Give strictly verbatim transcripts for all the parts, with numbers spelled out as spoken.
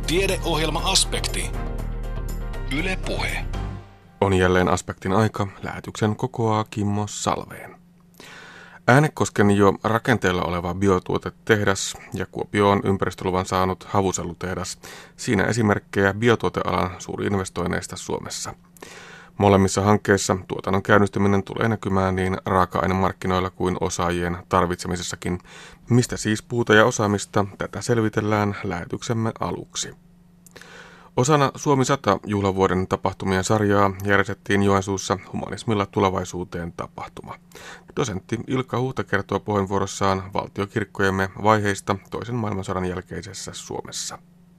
Tiedeohjelma-aspekti. Yle Puhe. On jälleen aspektin aika. Lähetyksen kokoaa Kimmo Salveen. Äänekosken jo rakenteella oleva biotuotetehdas ja Kuopioon ympäristöluvan saanut havusellutehdas. Siinä esimerkkejä biotuotealan suurinvestoinneista Suomessa. Molemmissa hankkeissa tuotannon käynnistyminen tulee näkymään niin raaka-ainemarkkinoilla kuin osaajien tarvitsemisessakin. Mistä siis puuta ja osaamista? Tätä selvitellään lähetyksemme aluksi. Osana Suomi sata juhlavuoden tapahtumien sarjaa järjestettiin Joensuussa Humanismilla tulevaisuuteen tapahtuma. Dosentti Ilkka Huhta kertoo puheenvuorossaan valtiokirkkojemme vaiheista toisen maailmansodan jälkeisessä Suomessa.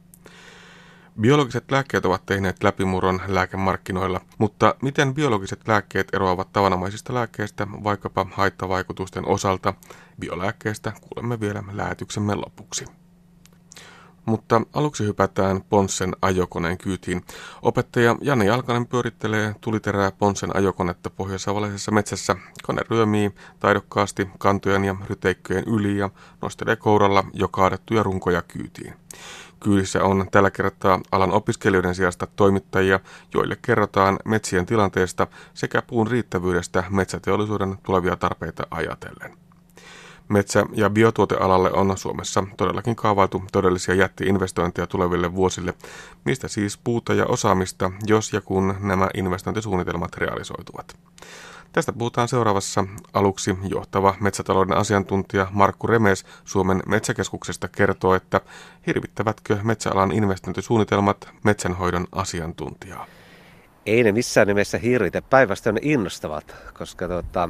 Biologiset lääkkeet ovat tehneet läpimurron lääkemarkkinoilla, mutta miten biologiset lääkkeet eroavat tavanomaisista lääkkeistä vaikkapa haittavaikutusten osalta? Biolääkkeistä kuulemme vielä lähetyksemme lopuksi. Mutta aluksi hypätään Ponssen ajokoneen kyytiin. Opettaja Janne Jalkanen pyörittelee tuliterää Ponssen ajokonetta pohjois-savolaisessa metsässä. Kone ryömii taidokkaasti kantojen ja ryteikköjen yli ja nostelee kouralla jo kaadettuja runkoja kyytiin. Kyydissä on tällä kertaa alan opiskelijoiden sijasta toimittajia, joille kerrotaan metsien tilanteesta sekä puun riittävyydestä metsäteollisuuden tulevia tarpeita ajatellen. Metsä- ja biotuotealalle on Suomessa todellakin kaavailtu todellisia jätti-investointeja tuleville vuosille. Mistä siis puuta ja osaamista, jos ja kun nämä investointisuunnitelmat realisoituvat? Tästä puhutaan seuraavassa. Aluksi johtava metsätalouden asiantuntija Markku Remes Suomen metsäkeskuksesta kertoo, että hirvittävätkö metsäalan investointisuunnitelmat metsänhoidon asiantuntijaa? Ei ne missään nimessä hirvitä, päinvastoin ne innostavat, koska tuota,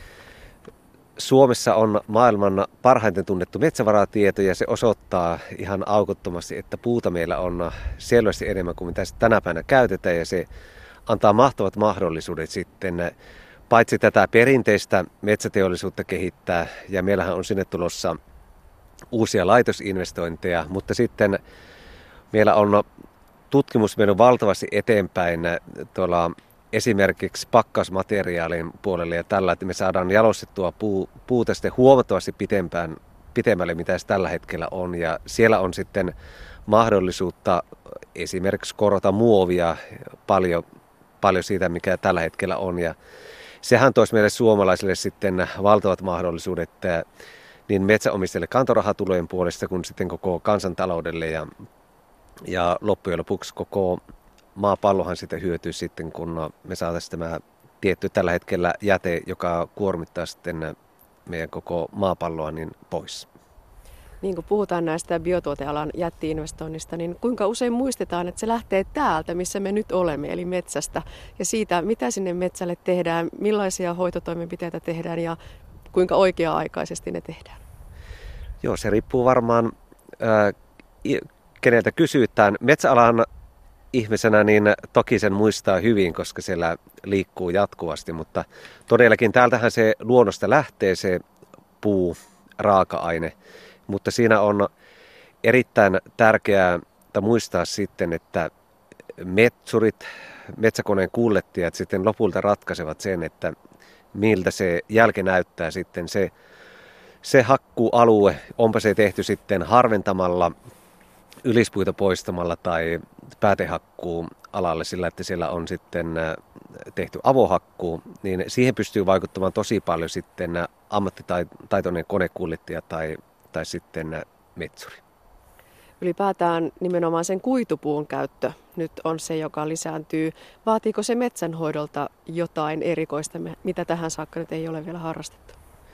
Suomessa on maailman parhaiten tunnettu metsävaratieto ja se osoittaa ihan aukottomasti, että puuta meillä on selvästi enemmän kuin mitä tänä päivänä käytetään ja se antaa mahtavat mahdollisuudet sitten paitsi tätä perinteistä metsäteollisuutta kehittää ja meillähän on sinne tulossa uusia laitosinvestointeja, mutta sitten meillä on tutkimus mennyt valtavasti eteenpäin tuolla esimerkiksi pakkausmateriaalin puolelle ja tällä, että me saadaan jalostettua puu, puuta sitten huomattavasti pitempään, pitemmälle, mitä se tällä hetkellä on. Ja siellä on sitten mahdollisuutta esimerkiksi korota muovia paljon, paljon siitä, mikä tällä hetkellä on. Ja sehän toisi meille suomalaisille sitten valtavat mahdollisuudet niin metsäomistajille kantorahatulojen puolesta kuin sitten koko kansantaloudelle ja, ja loppujen lopuksi koko maapallohan sitten hyötyy sitten, kun me saataisiin tämä tietty tällä hetkellä jäte, joka kuormittaa sitten meidän koko maapalloa niin pois. Niin kuin puhutaan näistä biotuotealan jätti-investoinnista, niin kuinka usein muistetaan, että se lähtee täältä, missä me nyt olemme, eli metsästä, ja siitä, mitä sinne metsälle tehdään, millaisia hoitotoimenpiteitä tehdään ja kuinka oikea-aikaisesti ne tehdään? Joo, se riippuu varmaan, äh, keneltä kysytään. Metsäalan ihmisenä niin toki sen muistaa hyvin, koska siellä liikkuu jatkuvasti, mutta todellakin täältähän se luonnosta lähtee se puu, raaka-aine, mutta siinä on erittäin tärkeää muistaa sitten, että metsurit, metsäkoneen kuljettajat sitten lopulta ratkaisevat sen, että miltä se jälki näyttää sitten se, se hakkuualue, onpa se tehty sitten harventamalla, ylispuita poistamalla tai päätehakkuu alalle sillä, että siellä on sitten tehty avohakkuu, niin siihen pystyy vaikuttamaan tosi paljon sitten ammattitaitoinen konekuljettaja tai, tai sitten metsuri. Ylipäätään nimenomaan sen kuitupuun käyttö nyt on se, joka lisääntyy. Vaatiiko se metsänhoidolta jotain erikoista, mitä tähän saakka nyt ei ole vielä harrastettu?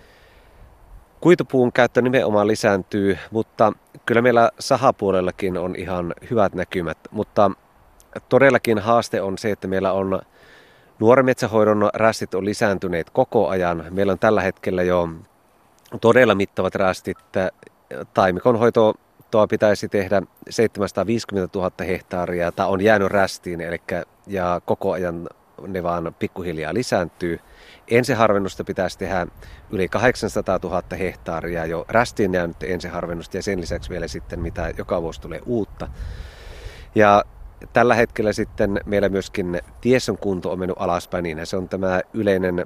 Kuitupuun käyttö nimenomaan lisääntyy, mutta kyllä meillä sahapuolellakin on ihan hyvät näkymät. Mutta todellakin haaste on se, että meillä on nuoren metsähoidon rästit on lisääntyneet koko ajan. Meillä on tällä hetkellä jo todella mittavat rästit. Taimikonhoitoa pitäisi tehdä seitsemänsataaviisikymmentätuhatta hehtaaria. Tämä on jäänyt rästiin, eli, ja koko ajan ne vaan pikkuhiljaa lisääntyy. Ensiharvennusta pitäisi tehdä yli kahdeksansataatuhatta hehtaaria jo rästiin jäänyt ensiharvennusta ja sen lisäksi vielä sitten mitä joka vuosi tulee uutta. Ja tällä hetkellä sitten meillä myöskin tiestön kunto on mennyt alaspäin, niin se on tämä yleinen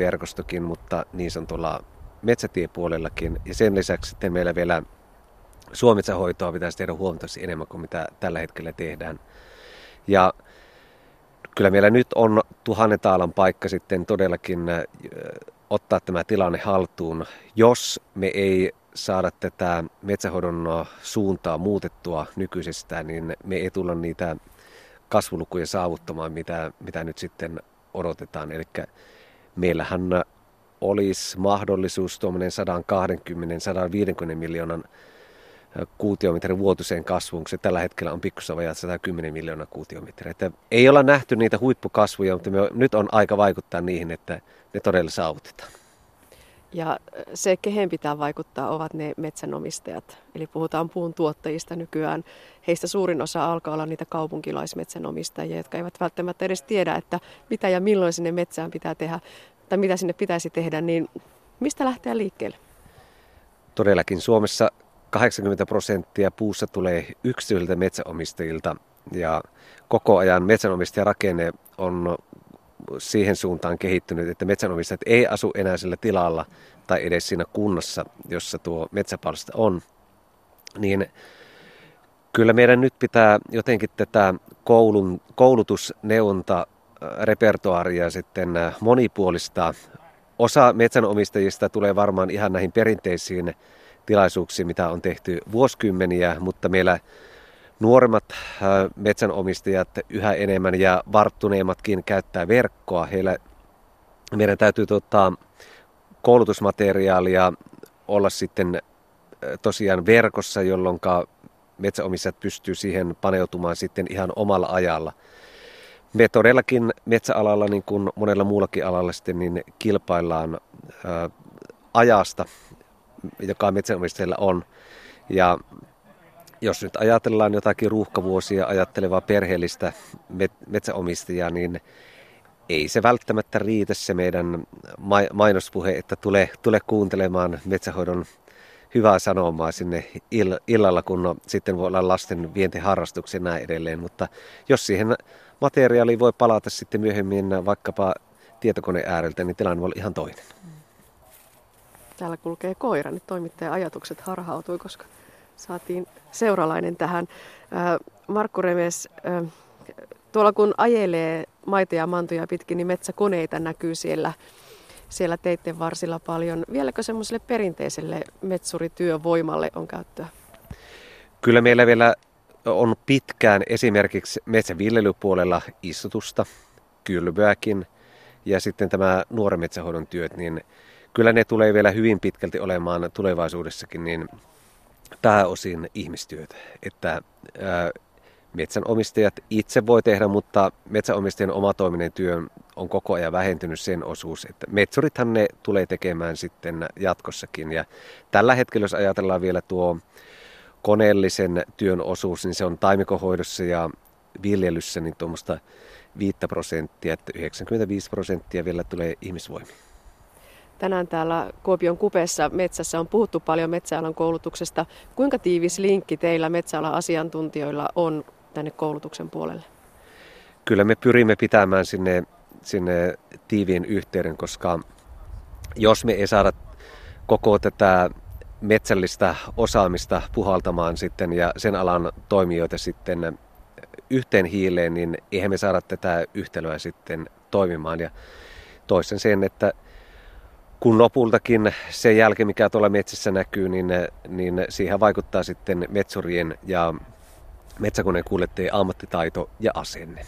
maantieverkostokin, mutta niin se on tuolla metsätiepuolellakin. Ja sen lisäksi sitten meillä vielä suometsänhoitoa pitäisi tehdä huomattavasti enemmän kuin mitä tällä hetkellä tehdään. Ja kyllä meillä nyt on tuhannen taalan paikka sitten todellakin ottaa tämä tilanne haltuun, jos me ei saada tätä metsänhoidon suuntaa muutettua nykyisestään, niin me ei tulla niitä kasvulukuja saavuttamaan, mitä, mitä nyt sitten odotetaan. Eli meillähän olisi mahdollisuus tuommoinen sata kaksikymmentä sata viisikymmentä miljoonan kuutiometrin vuotuiseen kasvuun, se tällä hetkellä on pikkusen vajaa sata kymmenen miljoonaa kuutiometriä. Että ei olla nähty niitä huippukasvuja, mutta me, nyt on aika vaikuttaa niihin, että ne todella saavutetaan. Ja se, kehen pitää vaikuttaa, ovat ne metsänomistajat. Eli puhutaan puun tuottajista nykyään. Heistä suurin osa alkaa olla niitä kaupunkilaismetsänomistajia, jotka eivät välttämättä edes tiedä, että mitä ja milloin sinne metsään pitää tehdä, tai mitä sinne pitäisi tehdä, niin mistä lähteä liikkeelle? Todellakin Suomessa kahdeksankymmentä prosenttia puussa tulee yksityisiltä metsänomistajilta, ja koko ajan metsänomistajarakenne on siihen suuntaan kehittynyt, että metsänomistajat ei asu enää sillä tilalla tai edes siinä kunnassa, jossa tuo metsäpalsta on, niin kyllä meidän nyt pitää jotenkin tätä koulun, koulutusneuvonta repertoaaria sitten monipuolistaa. Osa metsänomistajista tulee varmaan ihan näihin perinteisiin tilaisuuksiin, mitä on tehty vuosikymmeniä, mutta meillä nuoremmat metsänomistajat yhä enemmän ja varttuneemmatkin käyttää verkkoa. Heillä, meidän täytyy tota, koulutusmateriaalia olla sitten tosiaan verkossa, jolloin metsänomistajat pystyy siihen paneutumaan sitten ihan omalla ajalla. Me todellakin metsäalalla, niin kuin monella muullakin alalla, sitten, niin kilpaillaan ää, ajasta, joka metsänomistajilla on. Ja jos nyt ajatellaan jotakin ruuhkavuosia ajattelevaa perheellistä metsäomistajaa, niin ei se välttämättä riitä se meidän mainospuhe, että tule, tule kuuntelemaan metsänhoidon hyvää sanomaa sinne illalla, kun sitten voi olla lasten vientiharrastuksia ja näin edelleen. Mutta jos siihen materiaaliin voi palata sitten myöhemmin vaikkapa tietokoneen ääreltä, niin tilanne voi olla ihan toinen. Täällä kulkee koira. Nyt toimittajan ajatukset harhautui, koska saatiin seuralainen tähän. Markku Remes, tuolla kun ajelee maita ja mantuja pitkin, niin metsäkoneita näkyy siellä, siellä teitten varsilla paljon. Vieläkö semmoiselle perinteiselle metsurityövoimalle on käyttöä? Kyllä meillä vielä on pitkään esimerkiksi metsäviljelypuolella istutusta, kylvöäkin ja sitten tämä nuoren metsähoidon työt, niin kyllä ne tulee vielä hyvin pitkälti olemaan tulevaisuudessakin niin pääosin ihmistyötä, että ää, metsänomistajat itse voi tehdä, mutta metsänomistajien omatoiminen työ on koko ajan vähentynyt sen osuus, että metsurithan ne tulee tekemään sitten jatkossakin. Ja tällä hetkellä, jos ajatellaan vielä tuo koneellisen työn osuus, niin se on taimikonhoidossa ja viljelyssä niin tuommoista viittä prosenttia, että yhdeksänkymmentäviisi prosenttia vielä tulee ihmisvoimia. Tänään täällä Kuopion Kupeessa metsässä on puhuttu paljon metsäalan koulutuksesta. Kuinka tiivis linkki teillä metsäalan asiantuntijoilla on tänne koulutuksen puolelle? Kyllä me pyrimme pitämään sinne, sinne tiiviin yhteyden, koska jos me ei saada koko tätä metsällistä osaamista puhaltamaan sitten ja sen alan toimijoita sitten yhteen hiileen, niin eihän me saada tätä yhtälöä sitten toimimaan. Ja toisen sen, että kun lopultakin sen jälkeen, mikä tuolla metsässä näkyy, niin, niin siihen vaikuttaa sitten metsurien ja metsäkoneen kuljettajien ammattitaito ja asenne.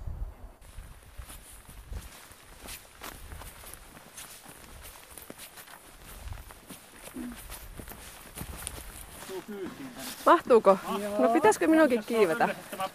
Mahtuuko? No pitäisikö minunkin kiivetä?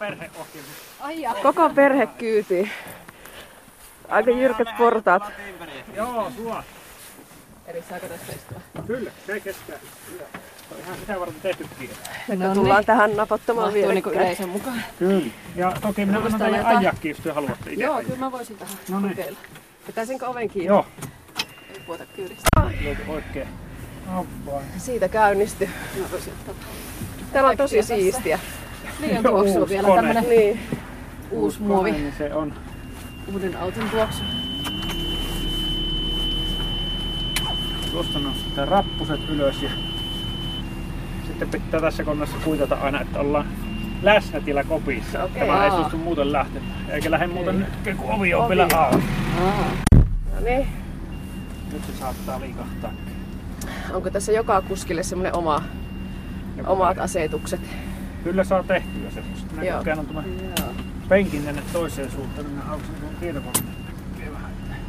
Koko perhe kyyti. Aika jyrkät portaat. Joo, tuo. Eli saako tästä istua? Kyllä, se kestää. Se on ihan sitä varten tehtykin. No, tullaan niin tähän napottamaan vielä. Mahtuu niinku yleisön mukaan. Kyllä. Ja toki minä annan teille ajakin, jos te haluatte itse. Joo, kyllä mä voisin tähän no niin. kokeilla. Pitäisinkö oven kiinni? Joo. Ei puhuta kyydistä. Löytyy oikein. Appain. Siitä käynnistyy. Mä voisin ottaa. Täällä on tosi siistiä. Liian tuoksuu vielä kone. tämmönen Niin. uusi muovi. Kone, niin se on. Uuden auton tuoksu. Tuosta nostaa rappuset ylös ja sitten pitää tässä koneessa kuitata aina, että ollaan läsnä tila kopissa. Okei. Tämä ei Aa. suostu muuten lähtemään. Eikä lähde muuten Ei. nyt, kun ovi on Ovi. vielä auki. No niin. Nyt se saattaa liikahtaa. Onko tässä joka kuskille semmoinen oma, Joku omat päivä. asetukset? Kyllä saa tehtyä semmoista. Minä Joo. käännän tuonne Joo. penkin tänne toiseen suuntaan, niin minä auksin tuon tietokoneen. Tekee vähän.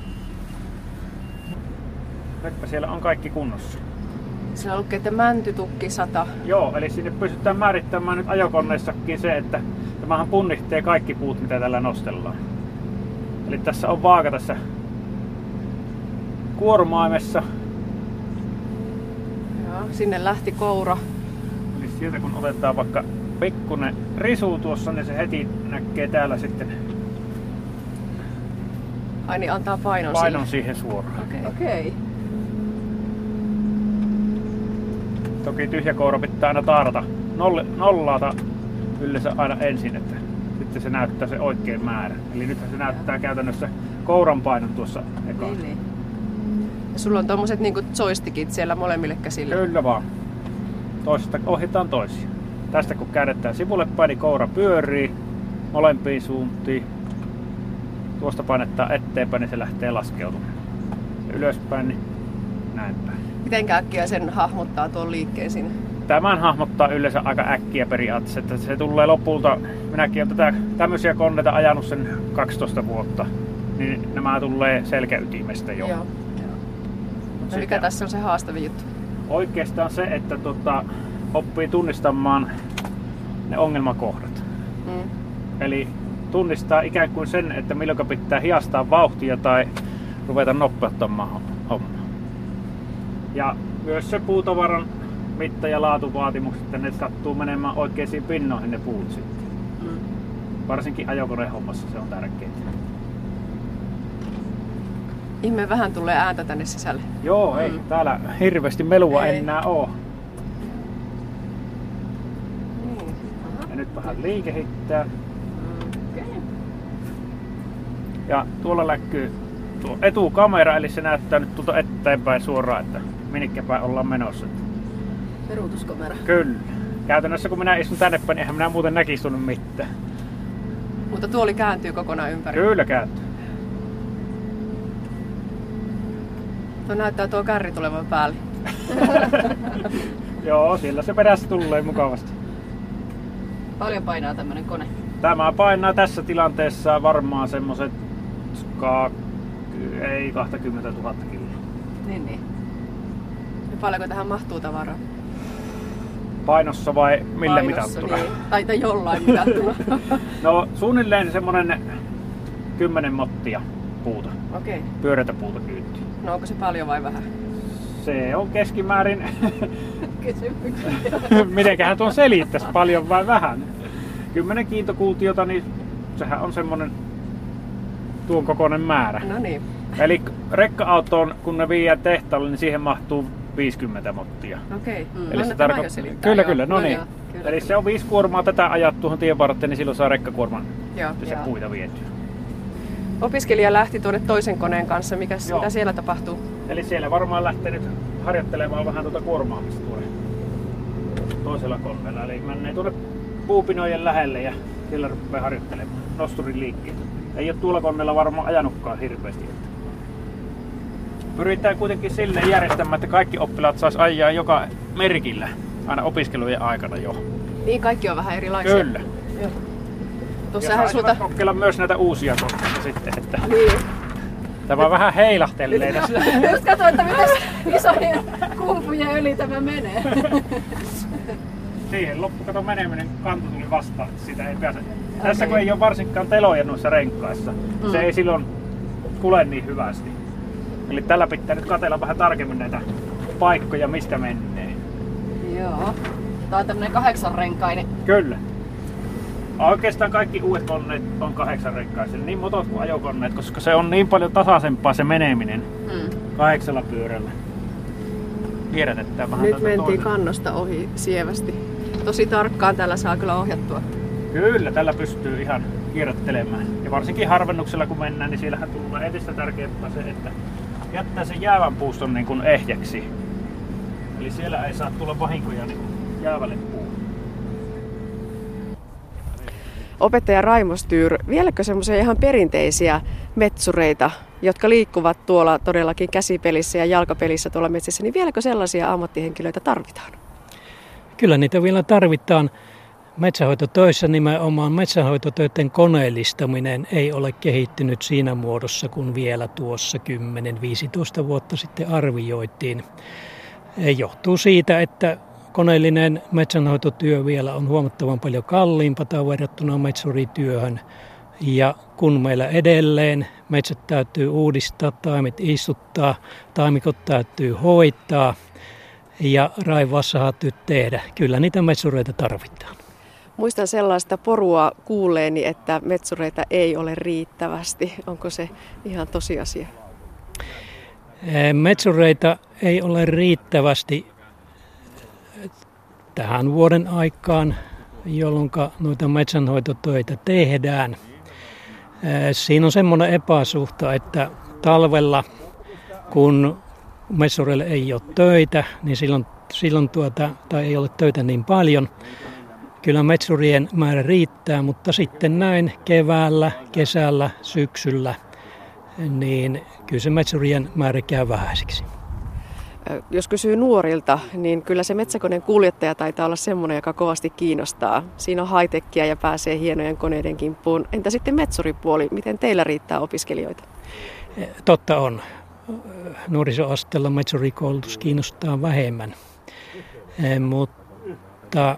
Nytpä siellä on kaikki kunnossa. Siellä lukee, että mäntytukki sata. Joo, eli sinne pystytään määrittämään nyt ajokoneessakin se, että tämähän punnihtee kaikki puut, mitä tällä nostellaan. Eli tässä on vaaka tässä kuormaimessa. Joo, sinne lähti koura. Eli sieltä kun otetaan vaikka pikkunen risu tuossa, niin se heti näkee täällä sitten Ai niin, antaa painon, painon siihen suoraan. Okei. Okay. Okei. Toki tyhjä koura pitää aina taarata, noll, nollata yleensä aina ensin, että sitten se näyttää se oikein määrä. Eli nythän se näyttää käytännössä kouran painon tuossa ekaan. Niin, niin. Ja sulla on tommoset niinku joystickit siellä molemmille käsille. Kyllä vaan. Toisesta ohjataan toisia. Tästä kun käännetään sivulle päin, niin koura pyörii molempiin suuntiin. Tuosta painettaa eteenpäin, niin se lähtee laskeutumaan. Ja ylöspäin, niin näin päin. Miten äkkiä sen hahmottaa tuon liikkeen sinne? Tämän hahmottaa yleensä aika äkkiä periaatteessa, että se tulee lopulta, minäkin olen tätä, tämmöisiä koneita ajanut sen kaksitoista vuotta, niin nämä tulee selkäytimestä jo. Joo. Mut No mikä sitä- tässä on se haastavin juttu? Oikeastaan se, että tota, oppii tunnistamaan ne ongelmakohdat. Mm. Eli tunnistaa ikään kuin sen, että milloin pitää hiastaa vauhtia tai ruveta nopeuttamaan hommaa. Ja myös se puutavaran mitta- ja laatuvaatimukset, että ne sattuu menemään oikeisiin pinnoihin ne puut sitten. Mm. Varsinkin ajokoneen hommassa se on tärkeää. Ihme vähän tulee ääntä tänne sisälle. Joo, ei Mm. täällä hirveästi melua Ei. enää oo. Niin. Ja nyt vähän liikehittää. Okei. Ja tuolla näkyy tuo etukamera, eli se näyttää nyt tuolta eteenpäin suoraan, että minnekä päin ollaan menossa. Peruutuskamera. Kyllä. Käytännössä kun minä istun tänne päin, niin eihän minä muuten näkisi tuonne mitään. Mutta tuoli kääntyy kokonaan ympäri. Kyllä kääntyy. Tuo näyttää tuo kärri tulevan päälle. Joo, siellä se perässä tulee mukavasti. Paljon painaa tämmönen kone. Tämä painaa tässä tilanteessa varmaan semmoset ka- ei kaksikymmentätuhatta kiloa. Niin, niin. Ja paljonko tähän mahtuu tavaraa? Painossa vai millä Painossa, mitattuna? Niin. Tai, tai jollain mitattuna. No suunnilleen semmonen kymmenen mottia puuta, Okei. Okay. pyöreätä puuta kyytiin. No onko se paljon vai vähän? Se on keskimäärin, Kysymyksiä. mitenköhän tuon selittäisi, paljon vai vähän. kymmenen kiintokuutiota, niin sehän on semmonen tuon kokoinen määrä. No niin. Eli rekka-autoon, kun ne viiää tehtaalle, niin siihen mahtuu viisikymmentä mottia. Okei. Okay. Mm. Eli No, se tämä tarko- jo selittää, Kyllä, joo. kyllä, no, No niin. joo, kyllä, Eli kyllä. se on viisi kuormaa tätä ajat tuohon tien varteen, niin silloin saa rekkakuorman Joo. se Joo. puita vietyä. Opiskelija lähti tuonne toisen koneen kanssa. Mikäs, Joo. mitä siellä tapahtuu? Eli siellä varmaan lähtee nyt harjoittelemaan vähän tuota kuormaamista tuonne toisella koneella. Eli menee tuonne puupinojen lähelle ja siellä rupeaa harjoittelemaan nosturin liikkeitä. Ei ole tuolla koneella varmaan ajanutkaan hirveästi. Pyritään kuitenkin silleen järjestämään, että kaikki oppilaat sais ajaa joka merkillä aina opiskelujen aikana jo. Niin, kaikki on vähän erilaisia. Kyllä. Ja Tuossahan saisivat sulta... kokeilla myös näitä uusia koneita sitten, että Niin. tämä vähän heilahtelee tässä. Just katsoin, että miten isojen kumpujen yli tämä menee. Siihen loppukaton meneminen kanto tuli vastaan, että sitä ei pääse. Okay. Tässä kun ei ole varsinkaan teloja noissa renkaissa, mm. se ei silloin kule niin hyvästi. Eli tällä pitää nyt katsella vähän tarkemmin näitä paikkoja, mistä menee. Joo. Tää on tämmönen kahdeksanrenkainen. Kyllä. Oikeastaan kaikki uudet koneet on kahdeksan renkaisia, niin motot kuin ajokoneet, koska se on niin paljon tasaisempaa se meneminen Mm. kahdeksalla pyörällä. Kierrätetään vähän Nyt tätä mentiin toiselle. kannosta ohi sievästi. Tosi tarkkaan tällä saa kyllä ohjattua. Kyllä, tällä pystyy ihan kierrättelemään. Ja varsinkin harvennuksella kun mennään, niin siellähän tulee entistä tärkeämpää se, että jättää sen jäävän puuston niin kuin ehjäksi. Eli siellä ei saa tulla vahinkoja niin kuin jäävälepuu. Opettaja Raimo Styyr, vieläkö semmoisia ihan perinteisiä metsureita, jotka liikkuvat tuolla todellakin käsipelissä ja jalkapelissä tuolla metsissä, niin vieläkö sellaisia ammattihenkilöitä tarvitaan? Kyllä niitä vielä tarvitaan. Metsänhoitotöissä nimenomaan metsänhoitotöiden koneellistaminen ei ole kehittynyt siinä muodossa, kun vielä tuossa kymmenen viisitoista vuotta sitten arvioitiin. Johtuu siitä, että koneellinen metsänhoitotyö vielä on huomattavan paljon kalliimpaa verrattuna metsurityöhön. Ja kun meillä edelleen metsät täytyy uudistaa, taimet istuttaa, taimikot täytyy hoitaa ja raivaa sahattyy tehdä, kyllä niitä metsureita tarvitaan. Muistan sellaista porua kuulleeni, että metsureita ei ole riittävästi. Onko se ihan tosiasia? Metsureita ei ole riittävästi tähän vuoden aikaan, jolloin noita metsänhoitotöitä tehdään. Siinä on semmoinen epäsuhta, että talvella, kun metsureille ei ole töitä, niin silloin, silloin tuota, tai ei ole töitä niin paljon. Kyllä metsurien määrä riittää, mutta sitten näin keväällä, kesällä, syksyllä, niin kyllä se metsurien määrä käy vähäiseksi. Jos kysyy nuorilta, niin kyllä se metsäkoneen kuljettaja taitaa olla semmoinen, joka kovasti kiinnostaa. Siinä on high-techia ja pääsee hienojen koneiden kimppuun. Entä sitten metsuripuoli? Miten teillä riittää opiskelijoita? Totta on. Nuorisoasteella metsurikoulutus kiinnostaa vähemmän, mutta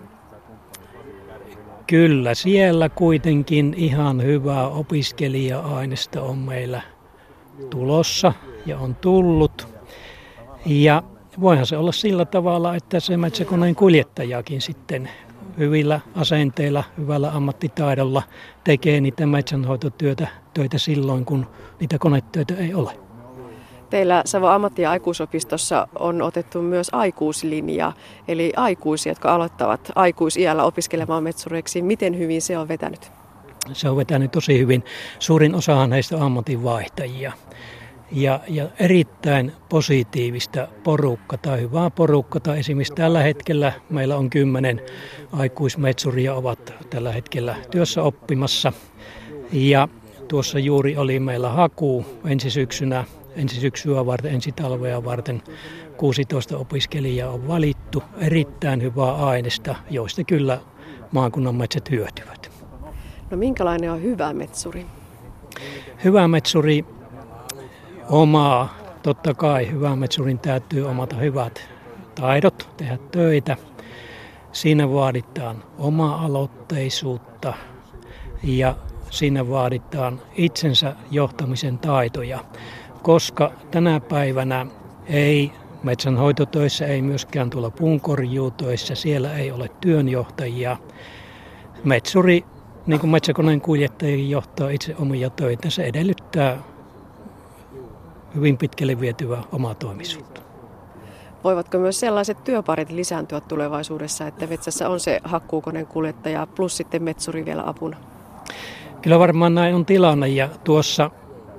kyllä siellä kuitenkin ihan hyvää opiskelija-ainesta on meillä tulossa ja on tullut. Ja voihan se olla sillä tavalla, että se metsäkoneen kuljettajakin sitten hyvillä asenteilla, hyvällä ammattitaidolla tekee niitä metsänhoitotyötä töitä silloin, kun niitä konetöitä ei ole. Teillä Savon ammatti- ja aikuisopistossa on otettu myös aikuislinja, eli aikuisia, jotka aloittavat aikuisiällä opiskelemaan metsureiksi. Miten hyvin se on vetänyt? Se on vetänyt tosi hyvin. Suurin osahan heistä on ammatinvaihtajia. Ja, ja erittäin positiivista porukkaa tai hyvää porukkaa. Esimerkiksi tällä hetkellä meillä on kymmenen aikuismetsuria ovat tällä hetkellä työssä oppimassa. Ja tuossa juuri oli meillä haku ensi syksynä, ensi syksyä varten, ensi talvea varten. kuusitoista opiskelijaa on valittu. Erittäin hyvää aineesta, joista kyllä maakunnan metsät hyötyvät. No minkälainen on hyvä metsuri? Hyvä metsuri omaa, totta kai hyvän metsurin täytyy omata hyvät taidot, tehdä töitä. Siinä vaaditaan oma-aloitteisuutta ja siinä vaaditaan itsensä johtamisen taitoja, koska tänä päivänä ei metsänhoitotöissä, ei myöskään tuolla puunkorjuutöissä, siellä ei ole työnjohtajia. Metsuri, niin kuin metsäkoneen kuljettaja, johtaa itse omia töitä, se edellyttää hyvin pitkälle vietyvää omaa toimisuutta. Voivatko myös sellaiset työparit lisääntyä tulevaisuudessa, että metsässä on se hakkuukoneen kuljettaja plus sitten metsuri vielä apuna? Kyllä varmaan näin on tilanne ja tuossa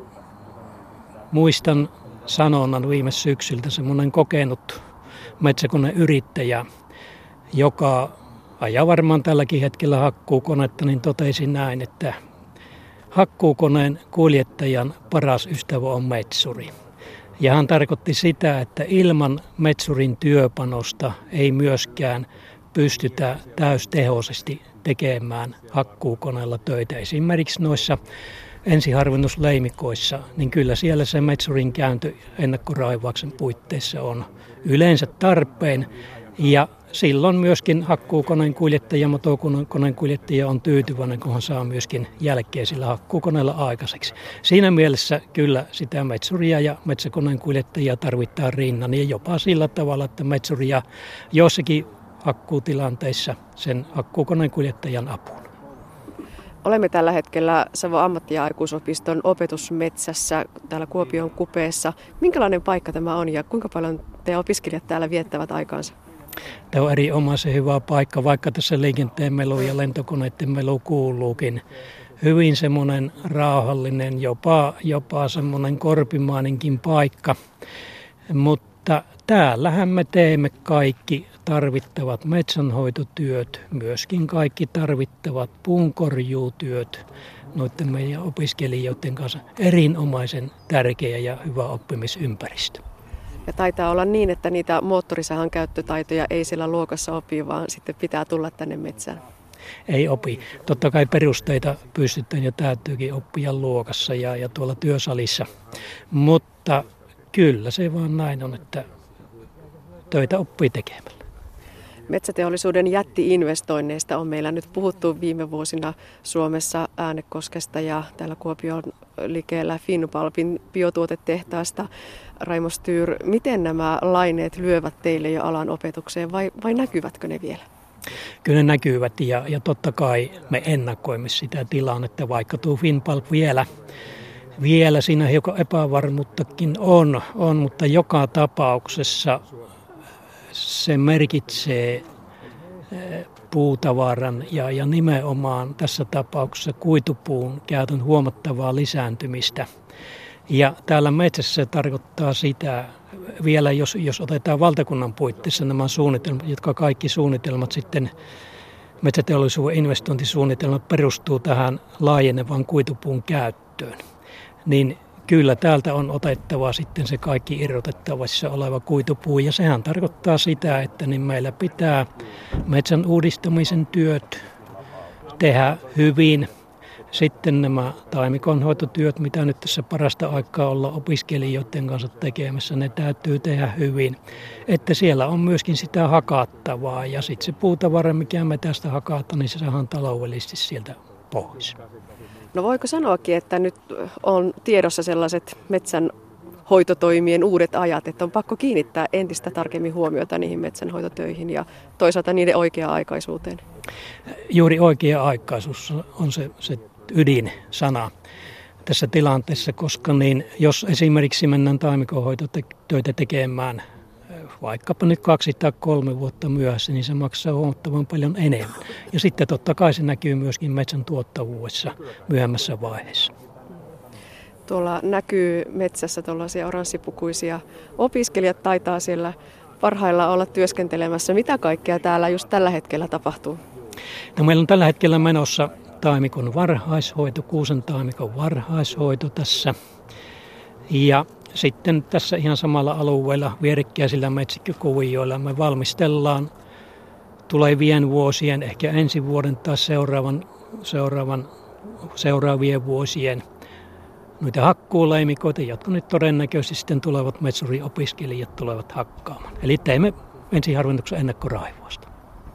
muistan sanonnan viime syksyltä semmoinen kokenut metsäkoneyrittäjä, joka ajaa varmaan tälläkin hetkellä hakkuukonetta, niin totesi näin, että hakkuukoneen kuljettajan paras ystävä on metsuri. Ja hän tarkoitti sitä, että ilman metsurin työpanosta ei myöskään pystytä täystehoisesti tekemään hakkuukoneella töitä. Esimerkiksi noissa ensiharvennusleimikoissa, niin kyllä siellä se metsurin käyntö ennakkoraivauksen puitteissa on yleensä tarpeen. Ja silloin myöskin hakkuukoneen kuljettaja, motokoneen kuljettaja on tyytyväinen, kun hän saa myöskin jälkeä sillä hakkuukoneella aikaiseksi. Siinä mielessä kyllä sitä metsuria ja metsäkoneen kuljettajia tarvitaan rinnan ja jopa sillä tavalla, että metsuria jossakin hakkuutilanteissa sen hakkuukoneen kuljettajan apuun. Olemme tällä hetkellä Savon ammatti- ja aikuisopiston opetusmetsässä täällä Kuopion kupeessa. Minkälainen paikka tämä on ja kuinka paljon te opiskelijat täällä viettävät aikaansa? Tämä on erinomaisen hyvä paikka, vaikka tässä liikenteen melu ja lentokoneiden melu kuuluukin. Hyvin semmoinen rauhallinen, jopa, jopa semmoinen korpimaininkin paikka. Mutta täällähän me teemme kaikki tarvittavat metsänhoitotyöt, myöskin kaikki tarvittavat puunkorjuutyöt noiden meidän opiskelijoiden kanssa erinomaisen tärkeä ja hyvä oppimisympäristö. Ja taitaa olla niin, että niitä moottorisahan käyttötaitoja ei siellä luokassa opi, vaan sitten pitää tulla tänne metsään. Ei opi. Totta kai perusteita pystytään ja täytyykin oppia luokassa ja, ja tuolla työsalissa. Mutta kyllä se vaan näin on, että töitä oppii tekemällä. Metsäteollisuuden jätti-investoinneista on meillä nyt puhuttu viime vuosina Suomessa Äänekoskesta ja täällä Kuopion liikkeellä Finnpulpin biotuotetehtaasta. Raimo Styr, miten nämä laineet lyövät teille jo alan opetukseen vai, vai näkyvätkö ne vielä? Kyllä ne näkyvät ja, ja totta kai me ennakoimme sitä tilannetta, vaikka tuo Finnpulp vielä, vielä siinä hiukan epävarmuuttakin on, on, mutta joka tapauksessa se merkitsee puutavaran ja, ja nimenomaan tässä tapauksessa kuitupuun käytön huomattavaa lisääntymistä. Ja täällä metsässä se tarkoittaa sitä, vielä jos, jos otetaan valtakunnan puitteissa nämä suunnitelmat, jotka kaikki suunnitelmat sitten, metsäteollisuuden investointisuunnitelmat perustuu tähän laajenevan kuitupuun käyttöön, niin kyllä täältä on otettava sitten se kaikki irrotettavissa oleva kuitupuu ja sehän tarkoittaa sitä, että niin meillä pitää metsän uudistamisen työt tehdä hyvin. Sitten nämä taimikonhoitotyöt, mitä nyt tässä parasta aikaa olla opiskelijoiden kanssa tekemässä, ne täytyy tehdä hyvin. Että siellä on myöskin sitä hakattavaa ja sitten se puutavara, mikä me tästä hakata, niin se saadaan taloudellisesti sieltä pois. No voiko sanoakin, että nyt on tiedossa sellaiset metsän hoitotoimien uudet ajat, että on pakko kiinnittää entistä tarkemmin huomiota niihin metsänhoitotöihin ja toisaalta niiden oikea-aikaisuuteen? Juuri oikea-aikaisuus on se, se ydinsana tässä tilanteessa, koska niin, jos esimerkiksi mennään taimikonhoitotöitä tekemään vaikkapa nyt kaksi tai kolme vuotta myöhässä, niin se maksaa huomattavan paljon enemmän. Ja sitten totta kai se näkyy myöskin metsän tuottavuudessa myöhemmässä vaiheessa. Tuolla näkyy metsässä tuollaisia oranssipukuisia opiskelijat taitaa siellä parhaillaan olla työskentelemässä. Mitä kaikkea täällä just tällä hetkellä tapahtuu? No, meillä on tällä hetkellä menossa taimikon varhaishoito, kuusen taimikon varhaishoito tässä. Ja sitten tässä ihan samalla alueella vierekkäisillä metsikkökuvioilla me valmistellaan tulevien vuosien, ehkä ensi vuoden tai seuraavan, seuraavan, seuraavien vuosien noita hakkuuleimikoita, jotka nyt todennäköisesti sitten tulevat metsuriopiskelijat tulevat hakkaamaan. Eli teemme ensiharvennuksen ennakkoraivoista.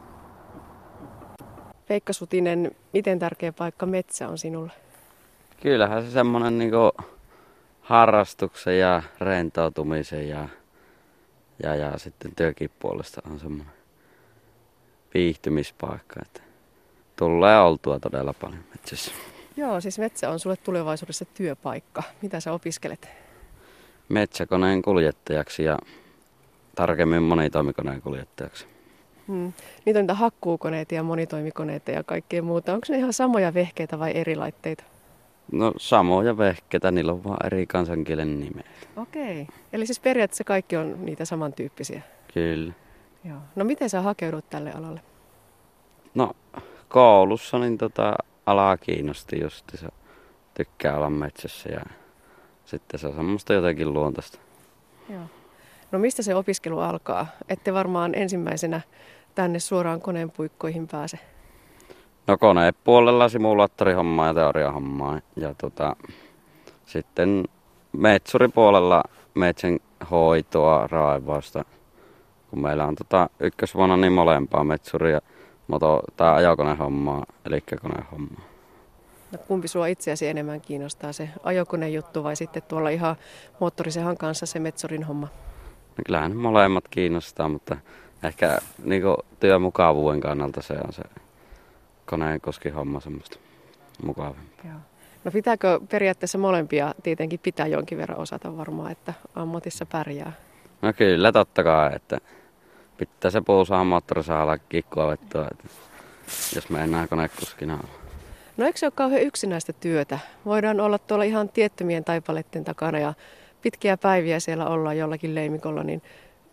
Veikka Sutinen, miten tärkeä paikka metsä on sinulle? Kyllähän se semmoinen niinku harrastuksen ja rentoutumisen ja, ja, ja sitten työkin puolesta on semmoinen viihtymispaikka. Että tulee oltua todella paljon metsässä. Joo, siis metsä on sulle tulevaisuudessa työpaikka. Mitä sä opiskelet? Metsäkoneen kuljettajaksi ja tarkemmin monitoimikoneen kuljettajaksi. Hmm. Niitä on niitä hakkuukoneita ja monitoimikoneita ja kaikkea muuta. Onko ne ihan samoja vehkeitä vai eri laitteita? No samoja vehkeitä, niillä on vaan eri kansankielen nimeä. Okei, eli siis periaatteessa kaikki on niitä samantyyppisiä? Kyllä. Joo. No miten sä hakeudut tälle alalle? No koulussa niin tota, alaa kiinnosti just, se tykkää olla metsässä ja sitten se on semmoista jotenkin luontaista. Joo. No mistä se opiskelu alkaa? Ette varmaan ensimmäisenä tänne suoraan koneen puikkoihin pääse. No konepuolella simulaattorihommaa ja teoriahommaa ja tota, sitten metsuripuolella metsän hoitoa, raivausta. Kun meillä on tota, ykkösvuonna niin molempaa metsuria, moto- tai ajokonehommaa, eli konehommaa. No kumpi sua itseäsi enemmän kiinnostaa, se ajokonejuttu vai sitten tuolla ihan moottorisehan kanssa se metsurin homma? No kyllähän ne molemmat kiinnostaa, mutta ehkä niinku työmukavuuden kannalta se on se koneen koskihomma semmoista mukavampaa. Joo. No pitääkö periaatteessa molempia tietenkin pitää jonkin verran osata varmaan, että ammatissa pärjää? No kyllä totta kai, että pitää se puu saada moottorisaalla kikkua vettua, että jos me enää konekuskina olla. No eikö se ole kauhean yksinäistä työtä? Voidaan olla tuolla ihan tiettömien taipaleiden takana ja pitkiä päiviä siellä ollaan jollakin leimikolla, niin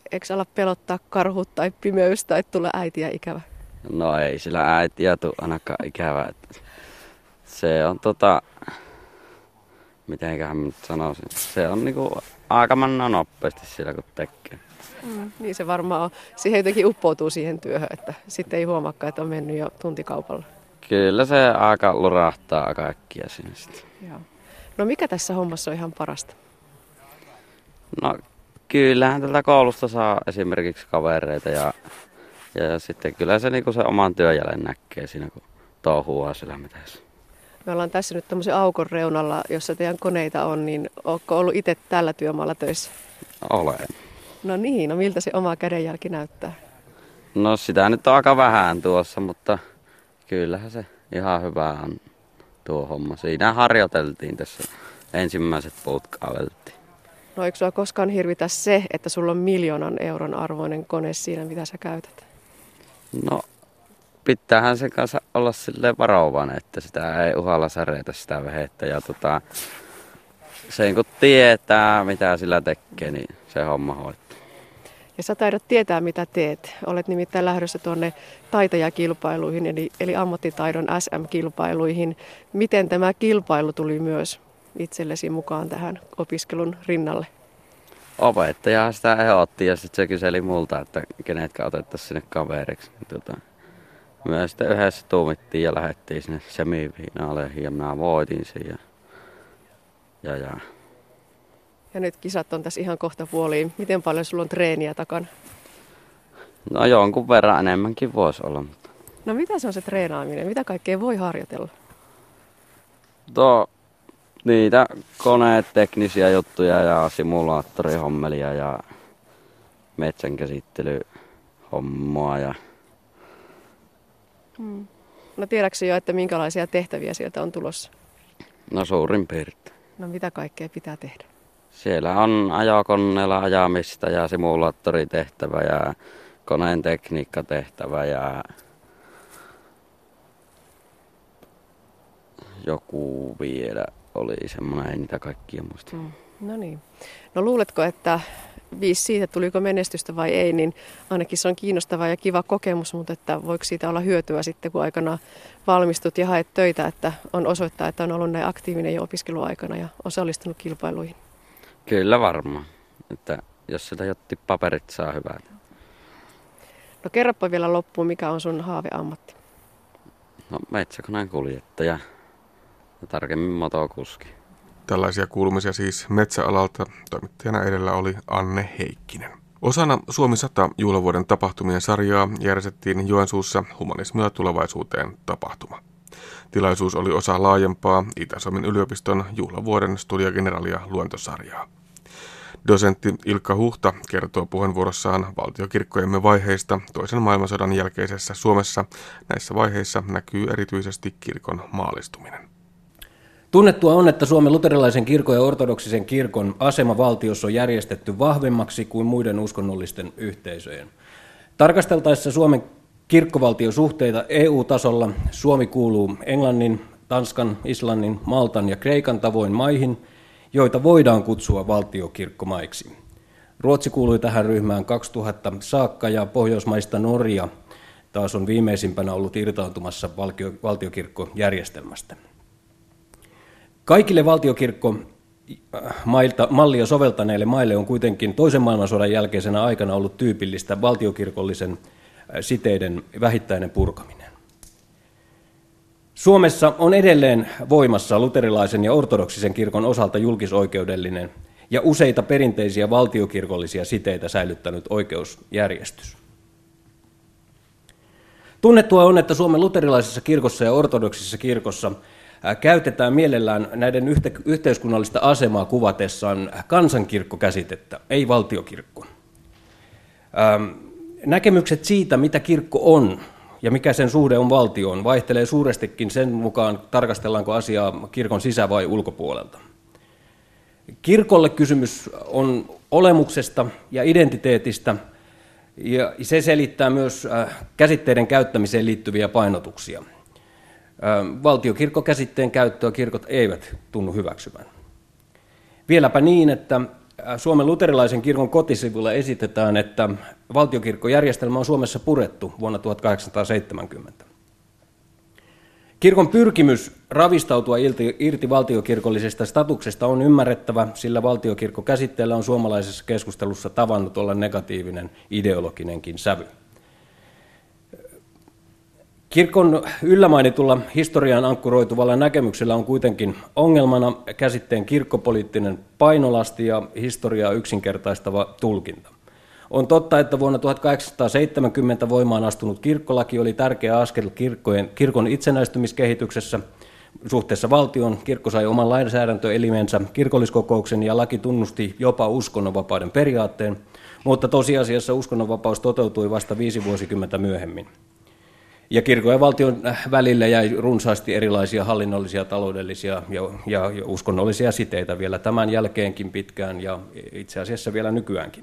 eikö ala pelottaa karhut tai pimeys tai tulla äitiä ikävä? No ei sillä äitiä tule ainakaan ikävää. Se on tota, mitenköhän mä nyt sanoisin, se on niinku aika mennä nopeasti sillä kun tekee. Mm, niin se varmaan on. Siihen jotenkin uppoutuu siihen työhön, että sitten ei huomaakaan, että on mennyt jo tuntikaupalla. Kyllä se aika lurahtaa aika äkkiä sinne sitten. Joo. No mikä tässä hommassa on ihan parasta? No kyllähän tältä koulusta saa esimerkiksi kavereita ja, ja sitten kyllä se, niinku se oman työjäljen näkee siinä, kun touhuaa sillä metässä. Me ollaan tässä nyt tämmöisen aukon reunalla, jossa teidän koneita on, niin ootko ollut itse tällä työmaalla töissä? Olen. No niin, no miltä se oma kädenjälki näyttää? No sitä nyt on aika vähän tuossa, mutta kyllähän se ihan hyvä on tuo homma. Siinä harjoiteltiin tässä, ensimmäiset puut kaaveltiin. No eikö sua koskaan hirvitä se, että sulla on miljoonan euron arvoinen kone siinä, mitä sä käytät? No pitäähän sen kanssa olla silleen varovainen, että sitä ei uhalla säreitä sitä vehettä. Ja tota, sen kun tietää, mitä sillä tekee, niin se homma hoituu. Ja sä taidot tietää, mitä teet. Olet nimittäin lähdössä tuonne taitajakilpailuihin, eli, eli ammattitaidon S M-kilpailuihin. Miten tämä kilpailu tuli myös itsellesi mukaan tähän opiskelun rinnalle? Opettaja sitä ehdotti ja sitten se kyseli multa, että kenetkä otettaisiin sinne kaveriksi. Tota, me sitten yhdessä tuumittiin ja lähdettiin sinne semifinaaleihin ja minä voitin sen. Ja, ja, ja. ja nyt kisat on tässä ihan kohta puoliin. Miten paljon sulla on treeniä takana? No jonkun verran enemmänkin voisi olla. Mutta... No mitä se on se treenaaminen? Mitä kaikkea voi harjoitella? Tuo, niitä koneteknisiä juttuja ja simulaattorihommelia ja metsänkäsittelyhommaa. Ja... Hmm. No tiedätkö jo, että minkälaisia tehtäviä sieltä on tulossa? No suurin piirtein. No mitä kaikkea pitää tehdä? Siellä on ajokoneella ajamista ja simulaattoritehtävä ja koneen tekniikkatehtävä ja joku vielä oli semmoinen, ei niitä kaikkia muista. Mm. No niin. No luuletko, että viisi siitä, tuliko menestystä vai ei, niin ainakin se on kiinnostava ja kiva kokemus, mutta että voiko siitä olla hyötyä sitten, kun aikana valmistut ja haet töitä, että on osoittaa, että on ollut näin aktiivinen jo opiskeluaikana ja osallistunut kilpailuihin? Kyllä varmaan, että jos sitä jotti paperit saa hyvät. No kerropa vielä loppuun, mikä on sun haaveammatti? No metsäkoneen kuljettaja ja tarkemmin motokuski. Tällaisia kuulumisia siis metsäalalta. Toimittajana edellä oli Anne Heikkinen. Osana Suomi sata juhlavuoden tapahtumien sarjaa järjestettiin Joensuussa Humanismia tulevaisuuteen tapahtuma. Tilaisuus oli osa laajempaa Itä-Suomen yliopiston juhlavuoden studiogeneraalia luentosarjaa. Dosentti Ilkka Huhta kertoo puheenvuorossaan valtiokirkkojemme vaiheista toisen maailmansodan jälkeisessä Suomessa. Näissä vaiheissa näkyy erityisesti kirkon maallistuminen. Tunnettua on, että Suomen luterilaisen kirkon ja ortodoksisen kirkon asema valtiossa on järjestetty vahvemmaksi kuin muiden uskonnollisten yhteisöjen. Tarkasteltaessa Suomen kirkkovaltiosuhteita E U-tasolla Suomi kuuluu Englannin, Tanskan, Islannin, Maltan ja Kreikan tavoin maihin, joita voidaan kutsua valtiokirkkomaiksi. Ruotsi kuului tähän ryhmään kaksituhatta saakka ja Pohjoismaista Norja taas on viimeisimpänä ollut irtaantumassa valtiokirkkojärjestelmästä. Kaikille valtiokirkkomallia soveltaneille maille on kuitenkin toisen maailmansodan jälkeisenä aikana ollut tyypillistä valtiokirkollisen siteiden vähittäinen purkaminen. Suomessa on edelleen voimassa luterilaisen ja ortodoksisen kirkon osalta julkisoikeudellinen ja useita perinteisiä valtiokirkollisia siteitä säilyttänyt oikeusjärjestys. Tunnettua on, että Suomen luterilaisessa kirkossa ja ortodoksisessa kirkossa käytetään mielellään näiden yhteiskunnallista asemaa kuvatessaan kansankirkkokäsitettä, ei valtiokirkko. Näkemykset siitä, mitä kirkko on ja mikä sen suhde on valtioon, vaihtelee suurestikin sen mukaan, tarkastellaanko asiaa kirkon sisä- vai ulkopuolelta. Kirkolle kysymys on olemuksesta ja identiteetistä, ja se selittää myös käsitteiden käyttämiseen liittyviä painotuksia. Valtiokirkkokäsitteen käyttöä kirkot eivät tunnu hyväksyvän. Vieläpä niin, että Suomen luterilaisen kirkon kotisivulla esitetään, että valtiokirkkojärjestelmä on Suomessa purettu vuonna tuhatkahdeksansataaseitsemänkymmentä. Kirkon pyrkimys ravistautua irti, irti valtiokirkollisesta statuksesta on ymmärrettävä, sillä valtiokirkko käsitteellä on suomalaisessa keskustelussa tavannut olla negatiivinen ideologinenkin sävy. Kirkon yllämainitulla historiaan ankkuroituvalla näkemyksellä on kuitenkin ongelmana käsitteen kirkkopoliittinen painolasti ja historiaa yksinkertaistava tulkinta. On totta, että vuonna tuhatkahdeksansataaseitsemänkymmentä voimaan astunut kirkkolaki oli tärkeä askel kirkkojen, kirkon itsenäistymiskehityksessä. Suhteessa valtion kirkko sai oman lainsäädäntöelimensä kirkolliskokouksen ja laki tunnusti jopa uskonnonvapauden periaatteen, mutta tosiasiassa uskonnonvapaus toteutui vasta viisi vuosikymmentä myöhemmin. Ja kirkon ja valtion välille jäi runsaasti erilaisia hallinnollisia, taloudellisia ja, ja, ja uskonnollisia siteitä vielä tämän jälkeenkin pitkään ja itse asiassa vielä nykyäänkin.